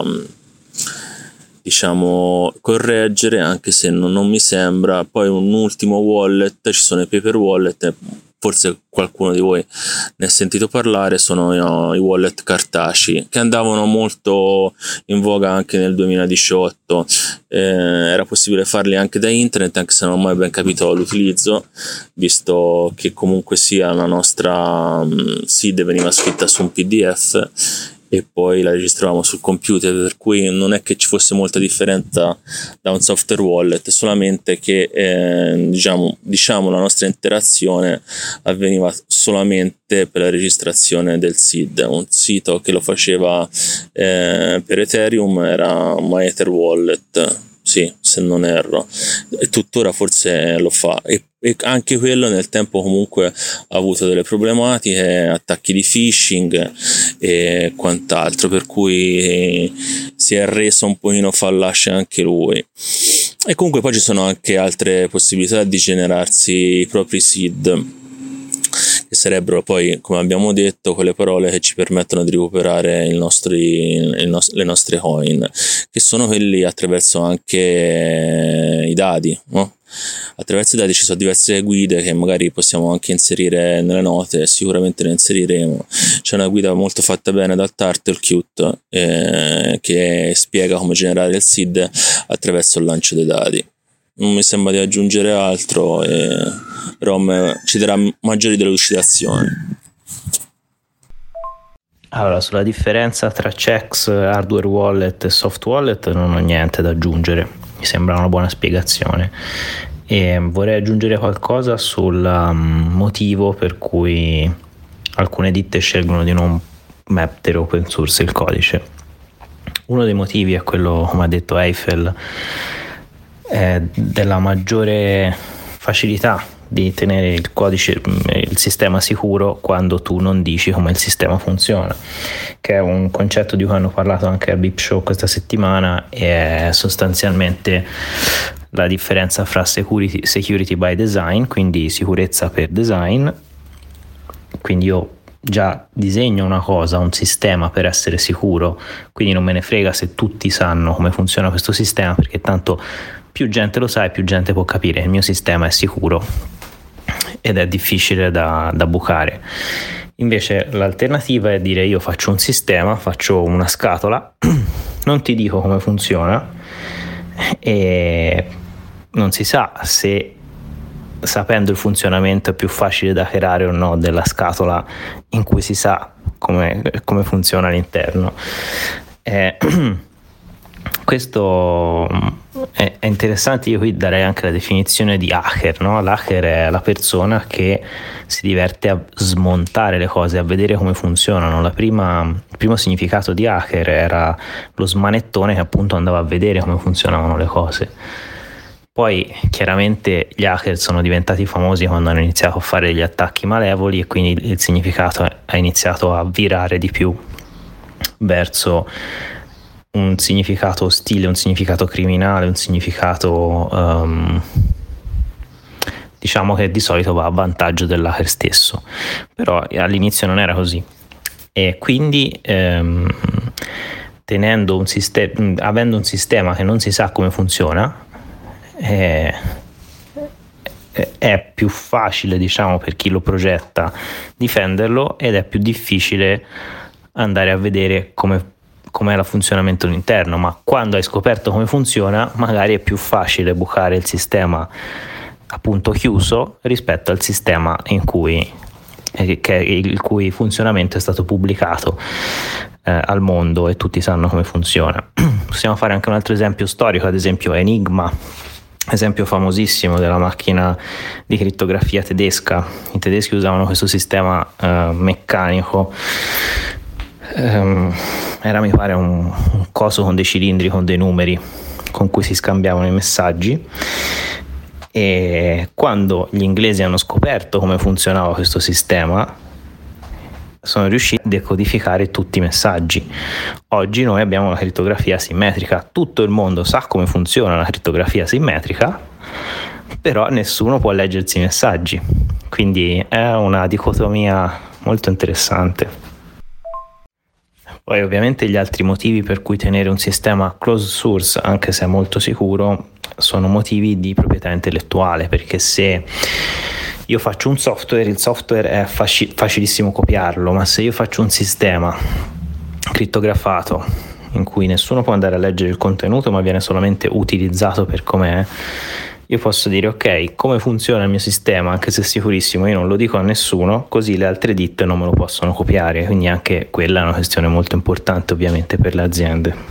correggere, anche se non mi sembra. Poi un ultimo wallet, ci sono i paper wallet, forse qualcuno di voi ne ha sentito parlare, sono i wallet cartacei, che andavano molto in voga anche nel 2018. Era possibile farli anche da internet, anche se non ho mai ben capito l'utilizzo, visto che comunque sia la nostra seed veniva scritta su un PDF e poi la registravamo sul computer, per cui non è che ci fosse molta differenza da un software wallet, solamente che diciamo la nostra interazione avveniva solamente per la registrazione del seed. Un sito che lo faceva per Ethereum era MyEtherWallet, sì, se non erro, e tuttora forse lo fa, e anche quello nel tempo comunque ha avuto delle problematiche, attacchi di phishing e quant'altro, per cui si è reso un pochino fallace anche lui. E comunque poi ci sono anche altre possibilità di generarsi i propri seed, che sarebbero poi, come abbiamo detto, quelle parole che ci permettono di recuperare le nostre coin, che sono quelli attraverso anche i dati, no? Attraverso i dati ci sono diverse guide che magari possiamo anche inserire nelle note, sicuramente le inseriremo. C'è una guida molto fatta bene dal Turtlecute che spiega come generare il seed attraverso il lancio dei dati. Non mi sembra di aggiungere altro, e Rom ci darà maggiori delucidazioni. Allora, sulla differenza tra checks, hardware wallet e soft wallet non ho niente da aggiungere, mi sembra una buona spiegazione. E vorrei aggiungere qualcosa sul motivo per cui alcune ditte scelgono di non mettere open source il codice. Uno dei motivi è quello, come ha detto Eiffel, della maggiore facilità di tenere il codice, il sistema sicuro quando tu non dici come il sistema funziona, che è un concetto di cui hanno parlato anche al Beep Show questa settimana, e è sostanzialmente la differenza fra security by design, quindi sicurezza per design. Quindi io già disegno una cosa, un sistema, per essere sicuro, quindi non me ne frega se tutti sanno come funziona questo sistema, perché tanto più gente lo sa e più gente può capire che il mio sistema è sicuro ed è difficile da bucare. Invece l'alternativa è dire: io faccio un sistema, faccio una scatola, non ti dico come funziona, e non si sa se, sapendo il funzionamento, è più facile da creare o no della scatola in cui si sa come funziona all'interno. Questo è interessante. Io qui darei anche la definizione di hacker, no? L'hacker è la persona che si diverte a smontare le cose, a vedere come funzionano. Il primo significato di hacker era lo smanettone che appunto andava a vedere come funzionavano le cose. Poi chiaramente gli hacker sono diventati famosi quando hanno iniziato a fare degli attacchi malevoli, e quindi il significato ha iniziato a virare di più verso un significato ostile, un significato criminale, un significato diciamo che di solito va a vantaggio dell'hacker stesso, però all'inizio non era così, e quindi avendo un sistema che non si sa come funziona, è più facile, diciamo, per chi lo progetta difenderlo, ed è più difficile andare a vedere com'è il funzionamento all'interno. Ma quando hai scoperto come funziona, magari è più facile bucare il sistema appunto chiuso rispetto al sistema il cui funzionamento è stato pubblicato al mondo e tutti sanno come funziona. Possiamo fare anche un altro esempio storico, ad esempio Enigma, esempio famosissimo della macchina di crittografia tedesca. I tedeschi usavano questo sistema meccanico, era mi pare un coso con dei cilindri con dei numeri con cui si scambiavano i messaggi, e quando gli inglesi hanno scoperto come funzionava questo sistema sono riusciti a decodificare tutti i messaggi. Oggi noi abbiamo la crittografia simmetrica, tutto il mondo sa come funziona la crittografia simmetrica, però nessuno può leggersi i messaggi, quindi è una dicotomia molto interessante. Poi ovviamente gli altri motivi per cui tenere un sistema closed source, anche se è molto sicuro, sono motivi di proprietà intellettuale, perché se io faccio un software, il software è facilissimo copiarlo, ma se io faccio un sistema crittografato in cui nessuno può andare a leggere il contenuto ma viene solamente utilizzato per com'è, io posso dire ok, come funziona il mio sistema, anche se è sicurissimo, io non lo dico a nessuno, così le altre ditte non me lo possono copiare. Quindi anche quella è una questione molto importante ovviamente per le aziende.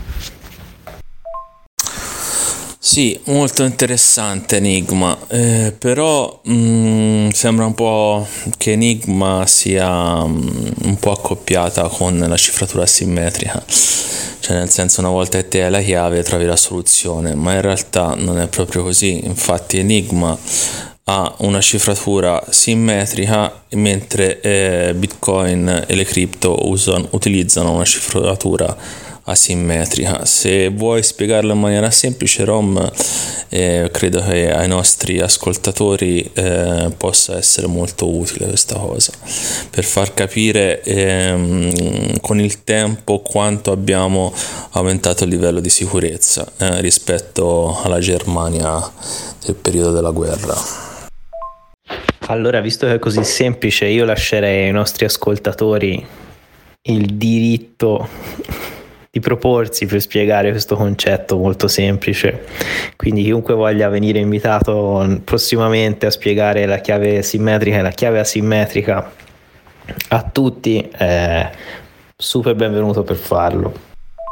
Sì, molto interessante Enigma, però sembra un po' che Enigma sia un po' accoppiata con la cifratura asimmetrica, cioè nel senso, una volta che te hai la chiave trovi la soluzione, ma in realtà non è proprio così. Infatti Enigma ha una cifratura simmetrica, mentre Bitcoin e le cripto utilizzano una cifratura asimmetrica. Se vuoi spiegarlo in maniera semplice, Rom, credo che ai nostri ascoltatori possa essere molto utile questa cosa, per far capire con il tempo quanto abbiamo aumentato il livello di sicurezza rispetto alla Germania del periodo della guerra. Allora, visto che è così semplice, io lascerei ai nostri ascoltatori il diritto di proporsi per spiegare questo concetto molto semplice. Quindi chiunque voglia venire invitato prossimamente a spiegare la chiave simmetrica e la chiave asimmetrica a tutti è super benvenuto per farlo.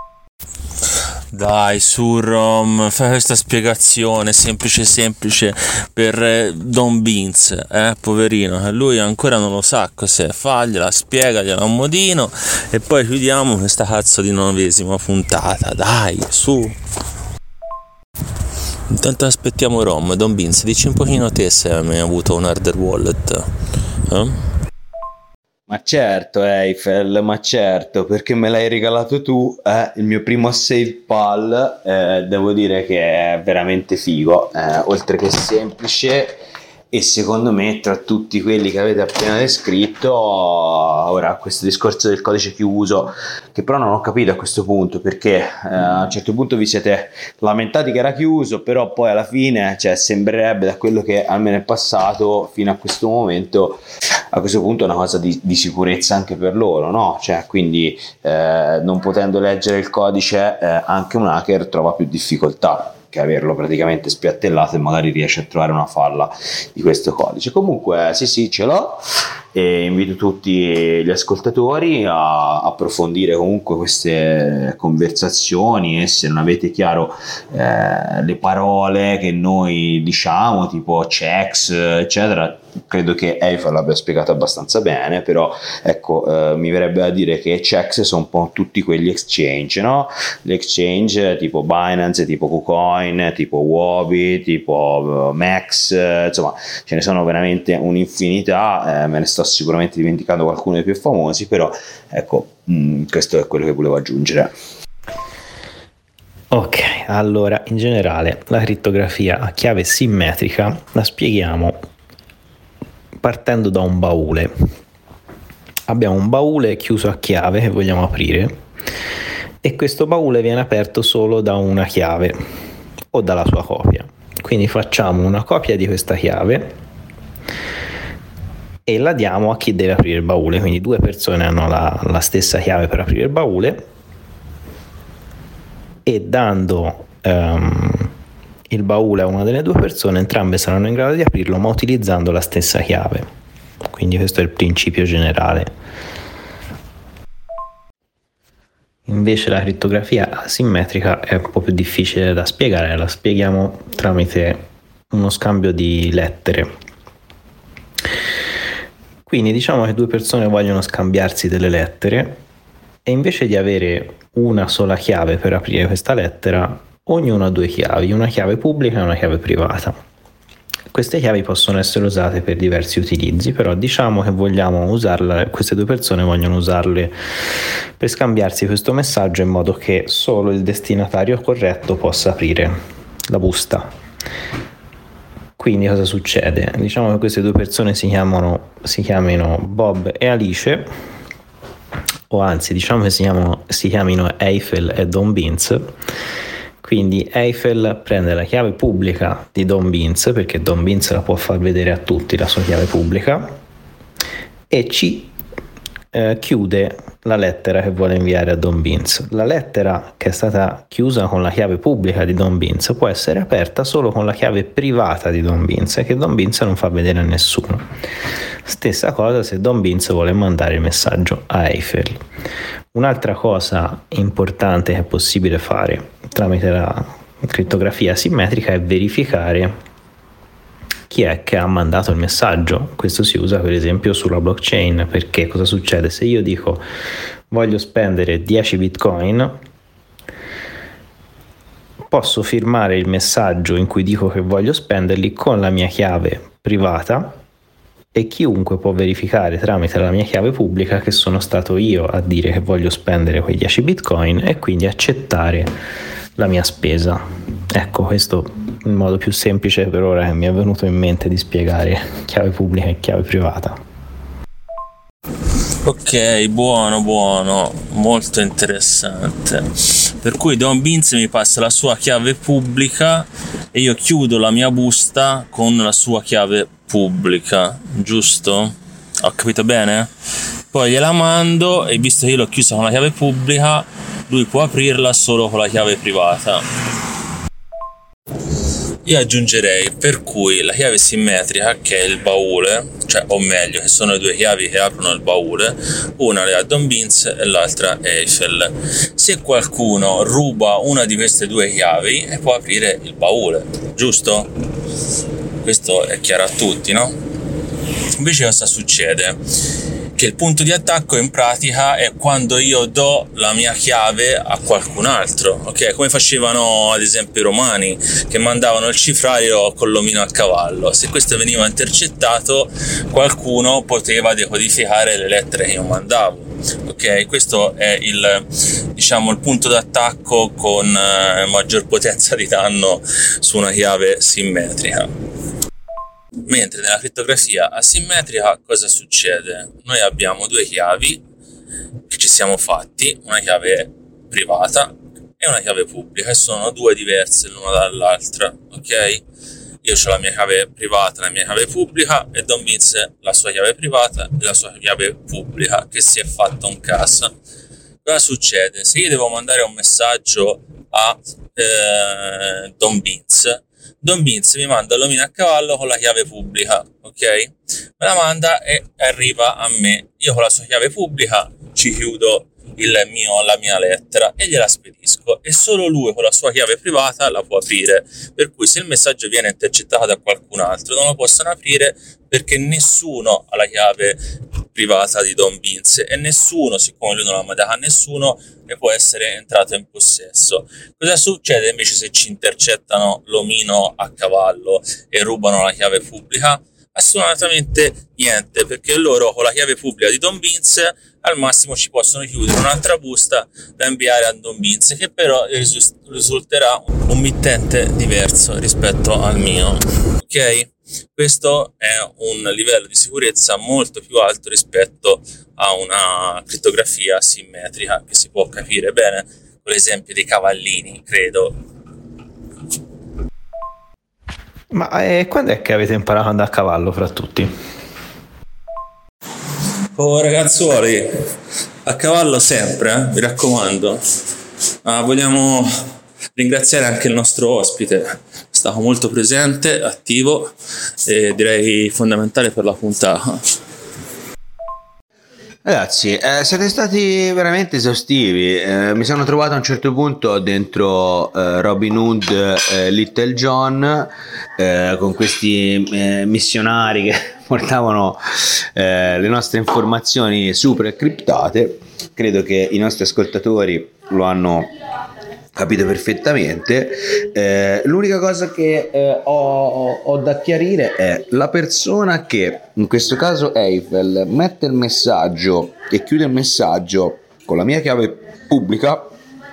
Dai, su Rom, fai questa spiegazione semplice per Don Beans, poverino, lui ancora non lo sa cos'è. Fagliela, spiegagliela un modino e poi chiudiamo questa cazzo di 9ª puntata. Dai, su. Intanto aspettiamo Rom. Don Beans, dici un pochino te se hai mai avuto un hardware wallet. Ma certo, Eiffel, ma certo, perché me l'hai regalato tu, il mio primo SafePal, devo dire che è veramente figo, oltre che semplice, e secondo me tra tutti quelli che avete appena descritto, ora questo discorso del codice chiuso, che però non ho capito a questo punto, perché a un certo punto vi siete lamentati che era chiuso, però poi alla fine, cioè, sembrerebbe, da quello che almeno è passato fino a questo momento, a questo punto è una cosa di sicurezza anche per loro, no? Cioè, quindi non potendo leggere il codice, anche un hacker trova più difficoltà che averlo praticamente spiattellato e magari riesce a trovare una falla di questo codice. Comunque sì, ce l'ho, e invito tutti gli ascoltatori a approfondire comunque queste conversazioni, e se non avete chiaro le parole che noi diciamo, tipo checks eccetera, credo che Eiffel l'abbia spiegato abbastanza bene, però ecco, mi verrebbe da dire che checks sono un po' tutti quegli exchange, no? Gli exchange tipo Binance, tipo KuCoin, tipo Huobi, tipo Max, insomma ce ne sono veramente un'infinità, me ne sto sicuramente dimenticando qualcuno dei più famosi, però ecco, questo è quello che volevo aggiungere. Ok, allora in generale la crittografia a chiave simmetrica la spieghiamo partendo da un baule. Abbiamo un baule chiuso a chiave che vogliamo aprire e questo baule viene aperto solo da una chiave o dalla sua copia. Quindi facciamo una copia di questa chiave e la diamo a chi deve aprire il baule, quindi 2 persone hanno la stessa chiave per aprire il baule, e dando il baule a una delle 2 persone entrambe saranno in grado di aprirlo ma utilizzando la stessa chiave. Quindi questo è il principio generale. Invece la crittografia asimmetrica è un po' più difficile da spiegare, la spieghiamo tramite uno scambio di lettere. Quindi diciamo che 2 persone vogliono scambiarsi delle lettere e invece di avere una sola chiave per aprire questa lettera, ognuno ha 2 chiavi, una chiave pubblica e una chiave privata. Queste chiavi possono essere usate per diversi utilizzi, però diciamo che vogliamo usarle, queste 2 persone vogliono usarle per scambiarsi questo messaggio in modo che solo il destinatario corretto possa aprire la busta. Quindi cosa succede? Diciamo che queste 2 persone si chiamino Bob e Alice, o anzi diciamo che si chiamino Eiffel e Don Beans. Quindi Eiffel prende la chiave pubblica di Don Beans, perché Don Beans la può far vedere a tutti la sua chiave pubblica, e chiude la lettera che vuole inviare a Don Beans. La lettera che è stata chiusa con la chiave pubblica di Don Beans può essere aperta solo con la chiave privata di Don Beans, che Don Beans non fa vedere a nessuno. Stessa cosa se Don Beans vuole mandare il messaggio a Eiffel. Un'altra cosa importante che è possibile fare tramite la crittografia asimmetrica è verificare chi è che ha mandato il messaggio. Questo si usa per esempio sulla blockchain, perché cosa succede? Se io dico voglio spendere 10 bitcoin, posso firmare il messaggio in cui dico che voglio spenderli con la mia chiave privata e chiunque può verificare tramite la mia chiave pubblica che sono stato io a dire che voglio spendere quei 10 bitcoin e quindi accettare la mia spesa. Ecco, questo è il modo più semplice per ora che mi è venuto in mente di spiegare chiave pubblica e chiave privata. Ok, buono, molto interessante. Per cui Don Beans mi passa la sua chiave pubblica e io chiudo la mia busta con la sua chiave pubblica, giusto? Ho capito bene? Poi gliela mando e visto che io l'ho chiusa con la chiave pubblica, lui può aprirla solo con la chiave privata. Io aggiungerei per cui la chiave simmetrica, che è il baule, cioè o meglio che sono le 2 chiavi che aprono il baule, una le ha Don Beans e l'altra Eiffel. Se qualcuno ruba una di queste 2 chiavi può aprire il baule, giusto? Questo è chiaro a tutti, no? Invece cosa succede? Che il punto di attacco in pratica è quando io do la mia chiave a qualcun altro, ok? Come facevano ad esempio i romani, che mandavano il cifrario con l'omino a cavallo. Se questo veniva intercettato, qualcuno poteva decodificare le lettere che io mandavo, ok? Questo è il punto d'attacco con maggior potenza di danno su una chiave simmetrica. Mentre nella crittografia asimmetrica cosa succede? Noi abbiamo 2 chiavi che ci siamo fatti, una chiave privata e una chiave pubblica, e sono 2 diverse l'una dall'altra, ok? Io ho la mia chiave privata, la mia chiave pubblica, e Don Vince la sua chiave privata e la sua chiave pubblica, che si è fatto un caso. Cosa succede? Se io devo mandare un messaggio a Don Vince, Don Beans mi manda l'omino a cavallo con la chiave pubblica, ok? Me la manda e arriva a me. Io con la sua chiave pubblica ci chiudo la mia lettera e gliela spedisco, e solo lui con la sua chiave privata la può aprire. Per cui se il messaggio viene intercettato da qualcun altro non lo possono aprire, perché nessuno ha la chiave privata di Don Beans e nessuno, siccome lui non l'ha mandata a nessuno, ne può essere entrato in possesso. Cosa succede invece se ci intercettano l'omino a cavallo e rubano la chiave pubblica? Assolutamente niente, perché loro con la chiave pubblica di Don Beans al massimo ci possono chiudere un'altra busta da inviare a Don Beans, che però risulterà un mittente diverso rispetto al mio, ok? Questo è un livello di sicurezza molto più alto rispetto a una crittografia simmetrica, che si può capire bene con l'esempio dei cavallini, credo. Ma quando è che avete imparato ad andare a cavallo fra tutti? Oh ragazzuoli, a cavallo sempre, mi raccomando. Vogliamo ringraziare anche il nostro ospite, è stato molto presente, attivo e direi fondamentale per la puntata. Ragazzi, siete stati veramente esaustivi. Mi sono trovato a un certo punto dentro Robin Hood, Little John, con questi missionari che portavano le nostre informazioni super criptate. Credo che i nostri ascoltatori lo hanno capito perfettamente. L'unica cosa che ho da chiarire è la persona che, in questo caso Eiffel, mette il messaggio e chiude il messaggio con la mia chiave pubblica,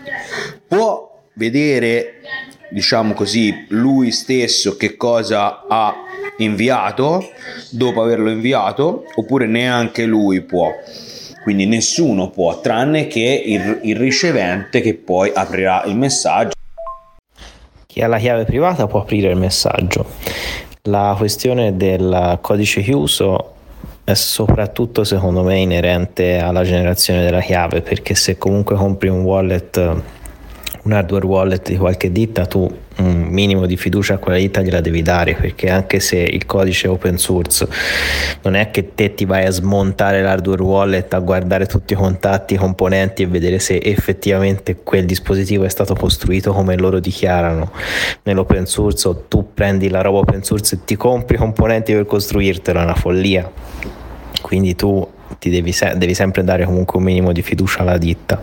può vedere, diciamo così, lui stesso che cosa ha inviato dopo averlo inviato, oppure neanche lui può. Quindi nessuno può, tranne che il ricevente, che poi aprirà il messaggio. Chi ha la chiave privata può aprire il messaggio. La questione del codice chiuso è soprattutto, secondo me, inerente alla generazione della chiave, perché se comunque compri un wallet, un hardware wallet di qualche ditta, tu un minimo di fiducia a quella ditta gliela devi dare, perché anche se il codice è open source, non è che te ti vai a smontare l'hardware wallet, a guardare tutti i contatti, i componenti e vedere se effettivamente quel dispositivo è stato costruito come loro dichiarano. Nell'open source, o tu prendi la roba open source e ti compri i componenti per costruirtelo, è una follia. Quindi tu ti devi sempre dare comunque un minimo di fiducia alla ditta.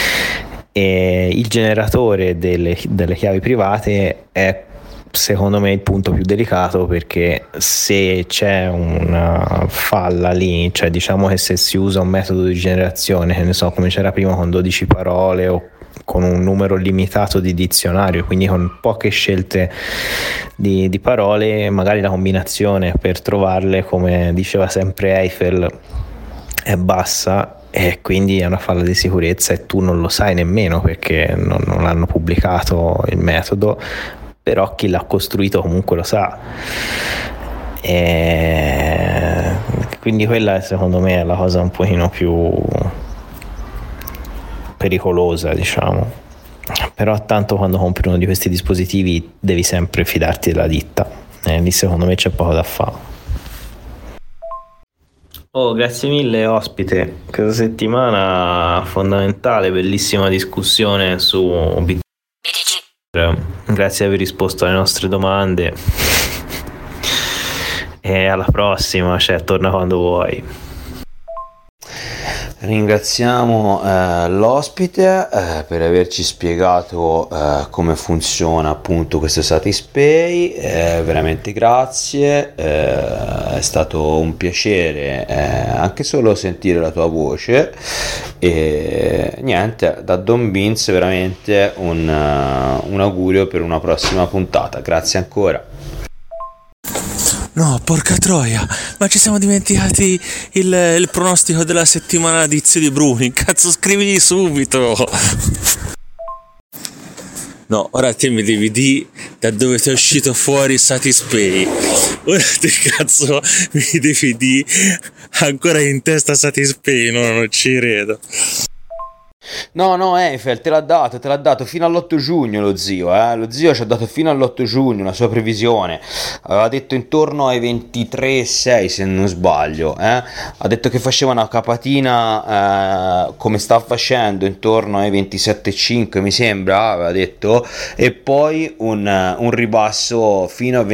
E il generatore delle chiavi private è, secondo me, il punto più delicato, perché se c'è una falla lì, cioè diciamo che se si usa un metodo di generazione, che ne so, come c'era prima, con 12 parole o con un numero limitato di dizionario, quindi con poche scelte di parole, magari la combinazione per trovarle, come diceva sempre Eiffel, è bassa, e quindi è una falla di sicurezza e tu non lo sai nemmeno, perché non hanno pubblicato il metodo, però chi l'ha costruito comunque lo sa. E quindi quella, secondo me, è la cosa un pochino più pericolosa, diciamo. Però tanto quando compri uno di questi dispositivi devi sempre fidarti della ditta, lì secondo me c'è poco da fare. Oh, grazie mille ospite, questa settimana fondamentale, bellissima discussione su Bitcoin. Grazie di aver risposto alle nostre domande e alla prossima, cioè torna quando vuoi. Ringraziamo l'ospite per averci spiegato come funziona appunto questo Satispay, veramente grazie, è stato un piacere anche solo sentire la tua voce, e niente, da Don Beans veramente un augurio per una prossima puntata. Grazie ancora. No, porca troia, ma ci siamo dimenticati il pronostico della settimana di Zio di Bruni. Cazzo, scrivigli subito. No, ora te mi devi dire da dove ti è uscito fuori Satispay. Ora te cazzo mi devi dire ancora in testa Satispay. No, non ci credo. No, Eiffel te l'ha dato fino all'8 giugno lo zio ci ha dato fino all'8 giugno la sua previsione, aveva detto intorno ai 23,6 se non sbaglio, ha detto che faceva una capatina come sta facendo intorno ai 27,5 mi sembra, aveva detto, e poi un ribasso fino a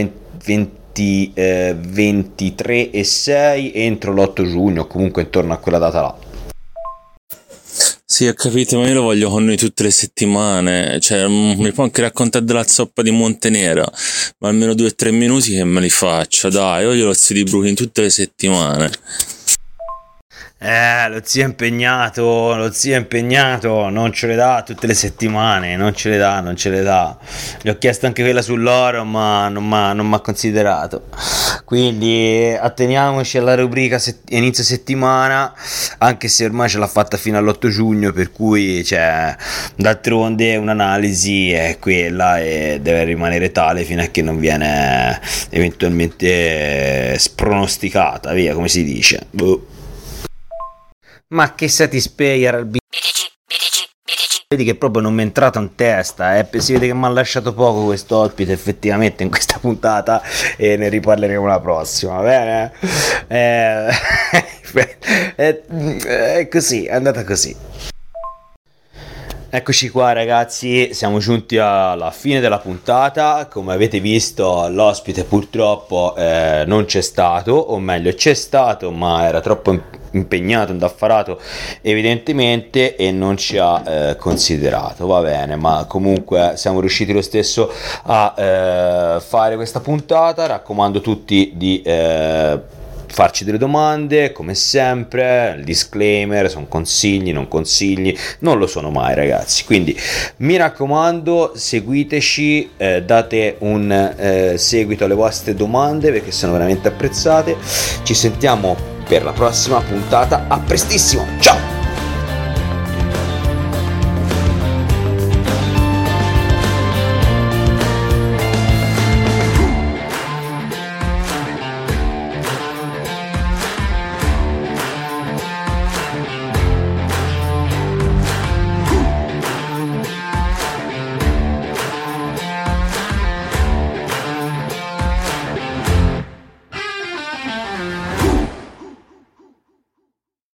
23,6 entro l'8 giugno, comunque intorno a quella data là. Sì, ho capito, ma io lo voglio con noi tutte le settimane. Cioè, mi può anche raccontare della zoppa di Montenera, ma almeno 2 o 3 minuti che me li faccio, dai, voglio lo Zio di Brooklyn tutte le settimane. Lo zio è impegnato, non ce le dà tutte le settimane, non ce le dà. Gli ho chiesto anche quella sull'oro, ma non mi ha considerato. Quindi atteniamoci alla rubrica inizio settimana, anche se ormai ce l'ha fatta fino all'8 giugno, per cui cioè, d'altronde un'analisi è quella e deve rimanere tale fino a che non viene eventualmente spronosticata, via, come si dice. Boh. Ma che satispayer al vedi che proprio non mi è entrato in testa, si vede che mi ha lasciato poco questo ospite effettivamente in questa puntata e ne riparleremo la prossima, va bene? È così, è andata così. Eccoci qua ragazzi, siamo giunti alla fine della puntata. Come avete visto l'ospite purtroppo non c'è stato, o meglio c'è stato ma era troppo impegnato, indaffarato evidentemente e non ci ha considerato, va bene, ma comunque siamo riusciti lo stesso a fare questa puntata. Raccomando tutti di farci delle domande, come sempre, il disclaimer, sono consigli, non consigli, non lo sono mai ragazzi, quindi mi raccomando seguiteci, date un seguito alle vostre domande perché sono veramente apprezzate. Ci sentiamo per la prossima puntata, a prestissimo, ciao!